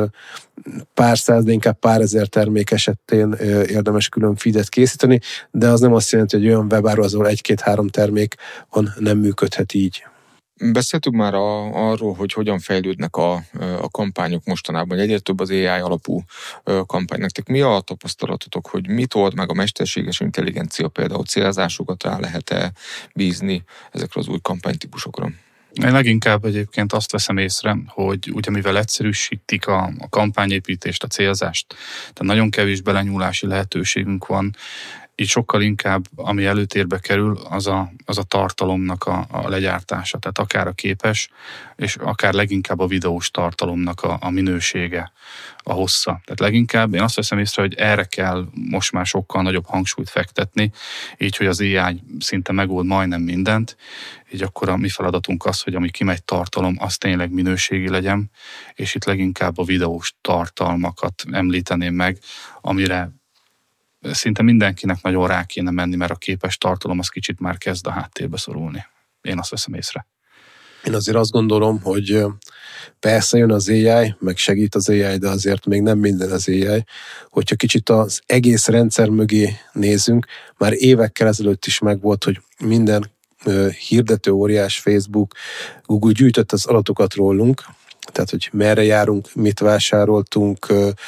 pár száz, de inkább pár ezer termék esetén érdemes külön feedet készíteni, de az nem azt jelenti, hogy olyan webáruházból egy-két-három termék van, nem működhet így. Beszéltünk már a, arról, hogy hogyan fejlődnek a, a kampányok mostanában. Egyre több az á i alapú kampány. Nektek mi a tapasztalatotok, hogy mit old meg a mesterséges intelligencia, például célzásokat rá lehet-e bízni ezekre az új kampánytípusokra? Én leginkább egyébként azt veszem észre, hogy ugye mivel egyszerűsítik a, a kampányépítést, a célzást, tehát nagyon kevés belenyúlási lehetőségünk van, így sokkal inkább, ami előtérbe kerül, az a, az a tartalomnak a, a legyártása, tehát akár a képes, és akár leginkább a videós tartalomnak a, a minősége, a hossza. Tehát leginkább én azt veszem észre, hogy erre kell most már sokkal nagyobb hangsúlyt fektetni, így, hogy az á i szinte megold majdnem mindent, így akkor a mi feladatunk az, hogy ami kimegy tartalom, az tényleg minőségi legyen, és itt leginkább a videós tartalmakat említeném meg, amire szinte mindenkinek nagyon rá kéne menni, mert a képes tartalom az kicsit már kezd a háttérbe szorulni. Én azt veszem észre. Én azért azt gondolom, hogy persze jön az á i, meg segít az á i, de azért még nem minden az á i. Hogyha kicsit az egész rendszer mögé nézünk, már évekkel ezelőtt is megvolt, hogy minden hirdető óriás, Facebook, Google gyűjtött az adatokat rólunk, tehát hogy merre járunk, mit vásároltunk,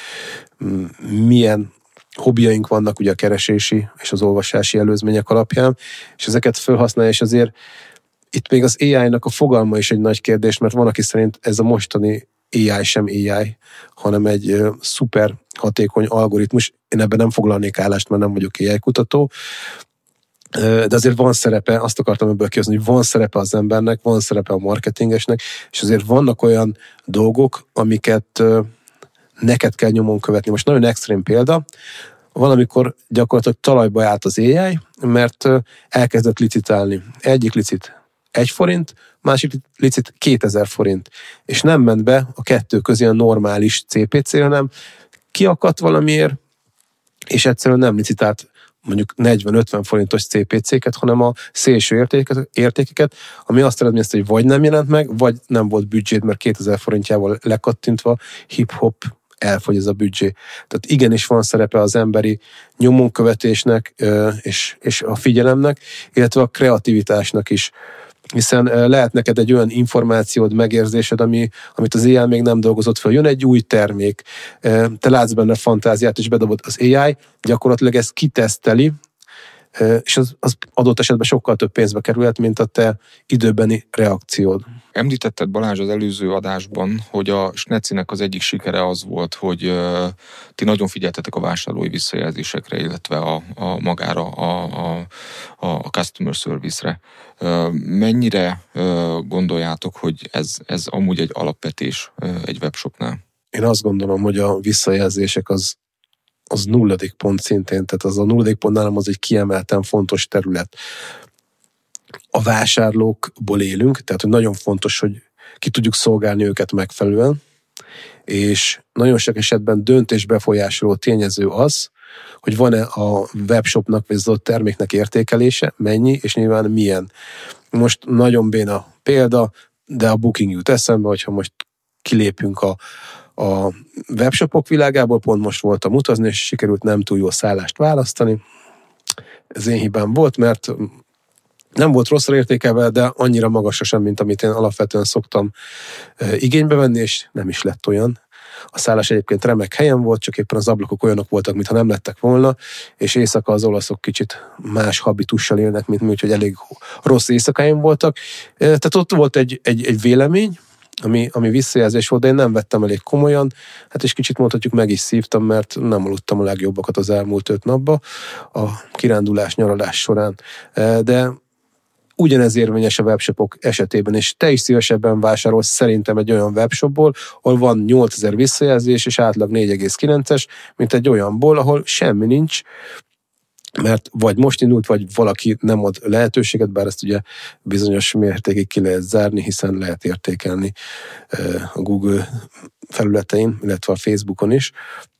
milyen hobbiaink vannak ugye a keresési és az olvasási előzmények alapján, és ezeket felhasználja, és azért itt még az á i-nak a fogalma is egy nagy kérdés, mert van, aki szerint ez a mostani á i sem á i, hanem egy uh, szuper hatékony algoritmus. Én ebben nem foglalnék állást, mert nem vagyok á i kutató, uh, de azért van szerepe, azt akartam ebből kihozni, hogy van szerepe az embernek, van szerepe a marketingesnek, és azért vannak olyan dolgok, amiket uh, neked kell nyomon követni. Most nagyon extrém példa, valamikor gyakorlatilag talajba állt az á i, mert elkezdett licitálni. Egyik licit egy forint, másik licit kétezer forint. És nem ment be a kettő közé a normális cé pé cé, hanem kiakadt valamiért, és egyszerűen nem licitált mondjuk negyven-ötven forintos cé pé cé-ket, hanem a szélső értékeket, értékeket, ami azt eredményezte, hogy vagy nem jelent meg, vagy nem volt büdzsét, mert kétezer forintjával lekattintva hip-hop elfogy ez a büdzsé. Tehát igenis van szerepe az emberi nyomonkövetésnek és, és a figyelemnek, illetve a kreativitásnak is. Hiszen lehet neked egy olyan információd, megérzésed, ami, amit az á i még nem dolgozott fel. Jön egy új termék, te látsz benne fantáziát, és bedobod az á i, gyakorlatilag ezt kiteszteli, és az, az adott esetben sokkal több pénzbe kerülhet, mint a te időbeni reakciód. Említetted, Balázs, az előző adásban, hogy a Snecinek az egyik sikere az volt, hogy uh, ti nagyon figyeltetek a vásárlói visszajelzésekre, illetve a, a magára, a, a, a customer service-re. Uh, mennyire uh, gondoljátok, hogy ez, ez amúgy egy alapvetés uh, egy webshopnál? Én azt gondolom, hogy a visszajelzések az az nulladik pont szintén, tehát az a nulladik pont nálam az egy kiemelten fontos terület. A vásárlókból élünk, tehát hogy nagyon fontos, hogy ki tudjuk szolgálni őket megfelelően, és nagyon sok esetben döntésbefolyásoló tényező az, hogy van-e a webshopnak vagy az adott terméknek értékelése, mennyi, és nyilván milyen. Most nagyon béna példa, de a Booking jut eszembe, hogyha most kilépünk a a webshopok világából, pont most voltam utazni, és sikerült nem túl jó szállást választani. Ez én hibám volt, mert nem volt rosszra értékelve, de annyira magasra sem, mint amit én alapvetően szoktam igénybe venni, és nem is lett olyan. A szállás egyébként remek helyen volt, csak éppen az ablakok olyanok voltak, mintha nem lettek volna, és éjszaka az olaszok kicsit más habitussal élnek, mint mi, úgyhogy elég rossz éjszakáim voltak. Tehát ott volt egy, egy, egy vélemény, ami, ami visszajelzés volt, de én nem vettem elég komolyan, hát és kicsit mondhatjuk meg is szívtam, mert nem aludtam a legjobbakat az elmúlt öt napba a kirándulás, nyaralás során. De ugyanez érvényes a webshopok esetében, és te is szívesebben vásárolsz szerintem egy olyan webshopból, ahol van nyolcezer visszajelzés, és átlag négy egész kilences, mint egy olyanból, ahol semmi nincs, mert vagy most indult, vagy valaki nem ad lehetőséget, bár ezt ugye bizonyos mértékig ki lehet zárni, hiszen lehet értékelni a Google felületein, illetve a Facebookon is.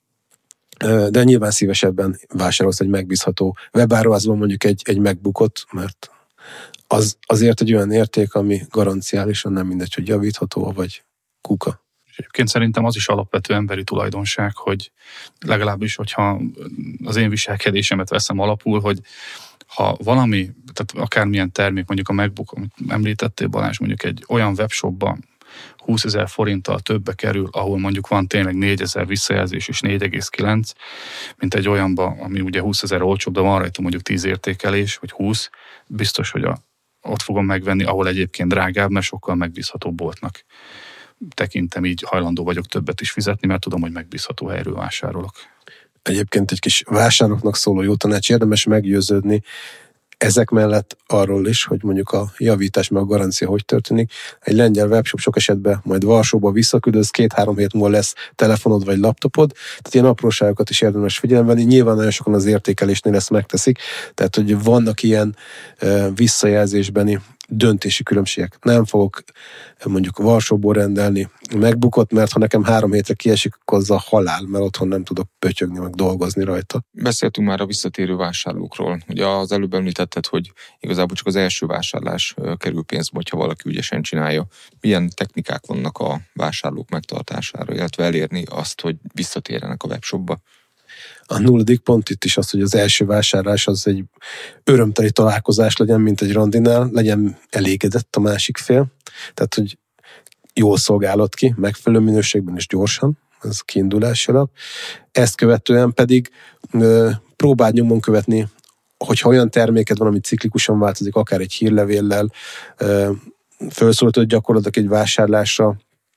De nyilván szívesebben vásárolsz egy megbízható webáruházban mondjuk egy, egy MacBookot, mert az azért egy olyan érték, ami garanciálisan nem mindegy, hogy javítható, vagy kuka. Egyébként szerintem az is alapvető emberi tulajdonság, hogy legalábbis, hogyha az én viselkedésemet veszem alapul, hogy ha valami, tehát akármilyen termék, mondjuk a MacBook, amit említettél Balázs, mondjuk egy olyan webshopban húszezer forinttal többbe kerül, ahol mondjuk van tényleg négyezer visszajelzés és négy egész kilenc, mint egy olyanban, ami ugye húszezer olcsóbb, de van rajta mondjuk tíz értékelés, vagy húsz, biztos, hogy a, ott fogom megvenni, ahol egyébként drágább, mert sokkal megbízhatóbb boltnak tekintem, így hajlandó vagyok többet is fizetni, mert tudom, hogy megbízható helyről vásárolok. Egyébként egy kis vásároknak szóló jó tanács, érdemes meggyőződni ezek mellett arról is, hogy mondjuk a javítás meg a garancia hogy történik. Egy lengyel webshop sok esetben majd Varsóba visszaküldöz, két-három hét múlva lesz telefonod vagy laptopod, tehát ilyen apróságokat is érdemes figyelembe venni. Nyilván nagyon sokan az értékelésnél ezt megteszik, tehát hogy vannak ilyen uh, visszajelzésbeni döntési különbségek. Nem fogok mondjuk Varsóból rendelni MacBookot, mert ha nekem három hétre kiesik, akkor az a halál, mert otthon nem tudok pötyögni, meg dolgozni rajta. Beszéltünk már a visszatérő vásárlókról. Ugye az előbb említetted, hogy igazából csak az első vásárlás kerül pénzbe, hogyha valaki ügyesen csinálja. Milyen technikák vannak a vásárlók megtartására, illetve elérni azt, hogy visszatérjenek a webshopba? A nulladik pont itt is az, hogy az első vásárlás az egy örömteli találkozás legyen, mint egy randinál, legyen elégedett a másik fél. Tehát, hogy jól szolgálod ki, megfelelő minőségben és gyorsan, ez a kiindulási alap. Ezt követően pedig ö, próbáld nyomon követni, hogyha olyan terméked van, ami ciklikusan változik, akár egy hírlevéllel, ö, felszólítod gyakorlatilag egy vásárlásra,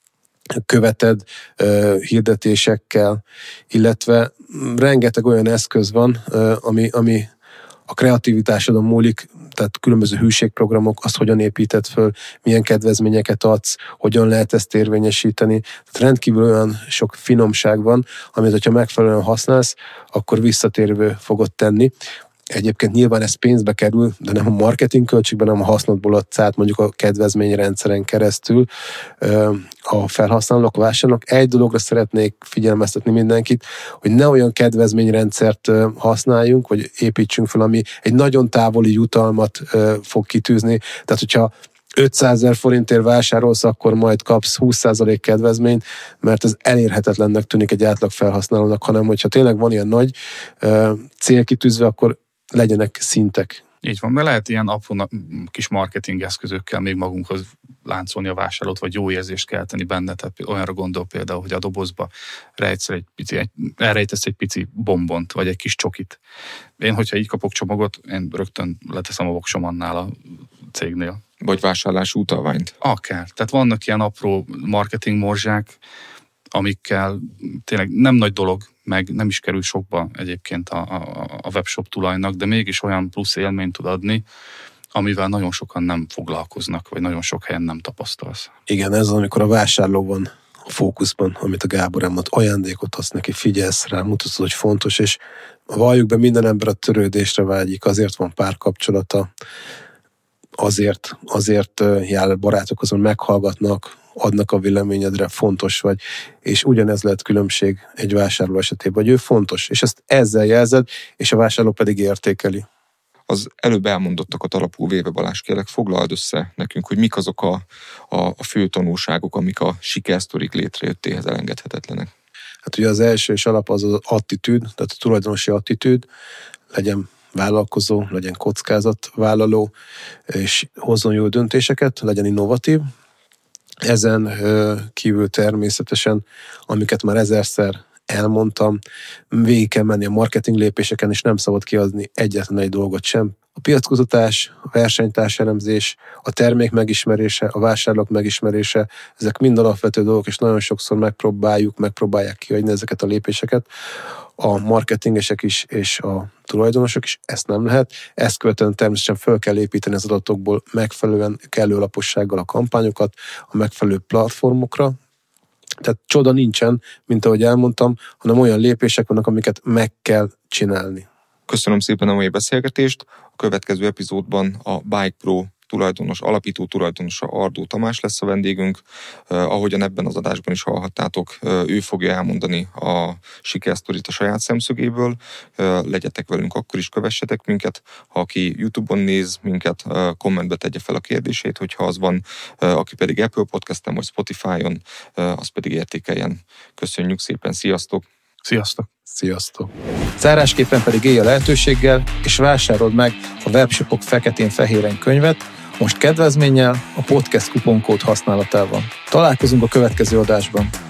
követed uh, hirdetésekkel, illetve rengeteg olyan eszköz van, uh, ami, ami a kreativitásodon múlik, tehát különböző hűségprogramok, azt hogyan építed föl, milyen kedvezményeket adsz, hogyan lehet ezt érvényesíteni. Tehát rendkívül olyan sok finomság van, amit, hogyha megfelelően használsz, akkor visszatérő fogod tenni. Egyébként nyilván ez pénzbe kerül, de nem a marketing költségben, hanem a hasznodból adsz át mondjuk a kedvezményrendszeren keresztül a felhasználók, a vásárlók. Egy dologra szeretnék figyelmeztetni mindenkit, hogy ne olyan kedvezményrendszert használjunk, vagy építsünk fel, ami egy nagyon távoli jutalmat fog kitűzni. Tehát, hogyha ötszázezer forintért vásárolsz, akkor majd kapsz húsz százalék kedvezményt, mert ez elérhetetlennek tűnik egy átlag felhasználónak, hanem hogyha tényleg van ilyen nagy cél kitűzve, akkor legyenek szintek. Így van, mert lehet ilyen apró kis marketing eszközökkel még magunkhoz láncolni a vásárlót, vagy jó érzést kelteni benne. Tehát olyanra gondol például, hogy a dobozba rejtsz egy pici, egy, elrejtesz egy pici bombont, vagy egy kis csokit. Én, hogyha így kapok csomagot, én rögtön leteszem a voksom annál a cégnél. Vagy vásárlási utalványt. Akár. Tehát vannak ilyen apró marketing morzsák, amikkel tényleg nem nagy dolog, meg nem is kerül sokba egyébként a, a, a webshop tulajnak, de mégis olyan plusz élményt tud adni, amivel nagyon sokan nem foglalkoznak, vagy nagyon sok helyen nem tapasztalsz. Igen, ez az, amikor a vásárló van a fókuszban, amit a Gábor elmond, ajándékot adsz neki, figyelsz rá, mutatod, hogy fontos, és valljuk be, minden ember a törődésre vágyik, azért van párkapcsolata, azért, azért jár barátokhoz, hogy meghallgatnak, adnak a véleményedre, fontos vagy, és ugyanez lehet különbség egy vásárló esetében, hogy ő fontos, és ezt ezzel jelzed, és a vásárló pedig értékeli. Az előbb elmondottakat alapul véve, Balázs, kérlek, foglald össze nekünk, hogy mik azok a, a, a fő tanulságok, amik a sikersztorik létrejöttéhez elengedhetetlenek. Hát ugye az első és alap az az attitűd, tehát a tulajdonosi attitűd, legyen vállalkozó, legyen kockázatvállaló, és hozzon jó döntéseket, legyen innovatív. Ezen kívül természetesen, amiket már ezerszer elmondtam, végig kell menni a marketing lépéseken, és nem szabad kiadni egyetlen egy dolgot sem. A piackutatás, a versenytárs elemzés, a termék megismerése, a vásárlók megismerése, ezek mind alapvető dolgok, és nagyon sokszor megpróbáljuk, megpróbálják kiadni ezeket a lépéseket. A marketingesek is, és a tulajdonosok is, ezt nem lehet. Ezt követően természetesen föl kell építeni az adatokból megfelelően kellő alapossággal a kampányokat, a megfelelő platformokra. Tehát csoda nincsen, mint ahogy elmondtam, hanem olyan lépések vannak, amiket meg kell csinálni. Köszönöm szépen a mai beszélgetést. A következő epizódban a Bike Pro tulajdonos, alapító tulajdonosa Ardó Tamás lesz a vendégünk. Uh, ahogyan ebben az adásban is hallhattátok, uh, ő fogja elmondani a sikersztorit a saját szemszögéből. Uh, legyetek velünk akkor is, kövessetek minket. Ha aki YouTube-on néz minket, uh, kommentbe tegye fel a kérdését, hogyha az van, uh, aki pedig Apple Podcasten vagy Spotify-on, uh, az pedig értékeljen. Köszönjük szépen, sziasztok! Sziasztok! Sziasztok! Zárásképpen pedig élj a lehetőséggel, és vásárold meg a Webshopok feketén-fehéren könyvet, most kedvezménnyel a podcast kuponkód használatával. Találkozunk a következő adásban.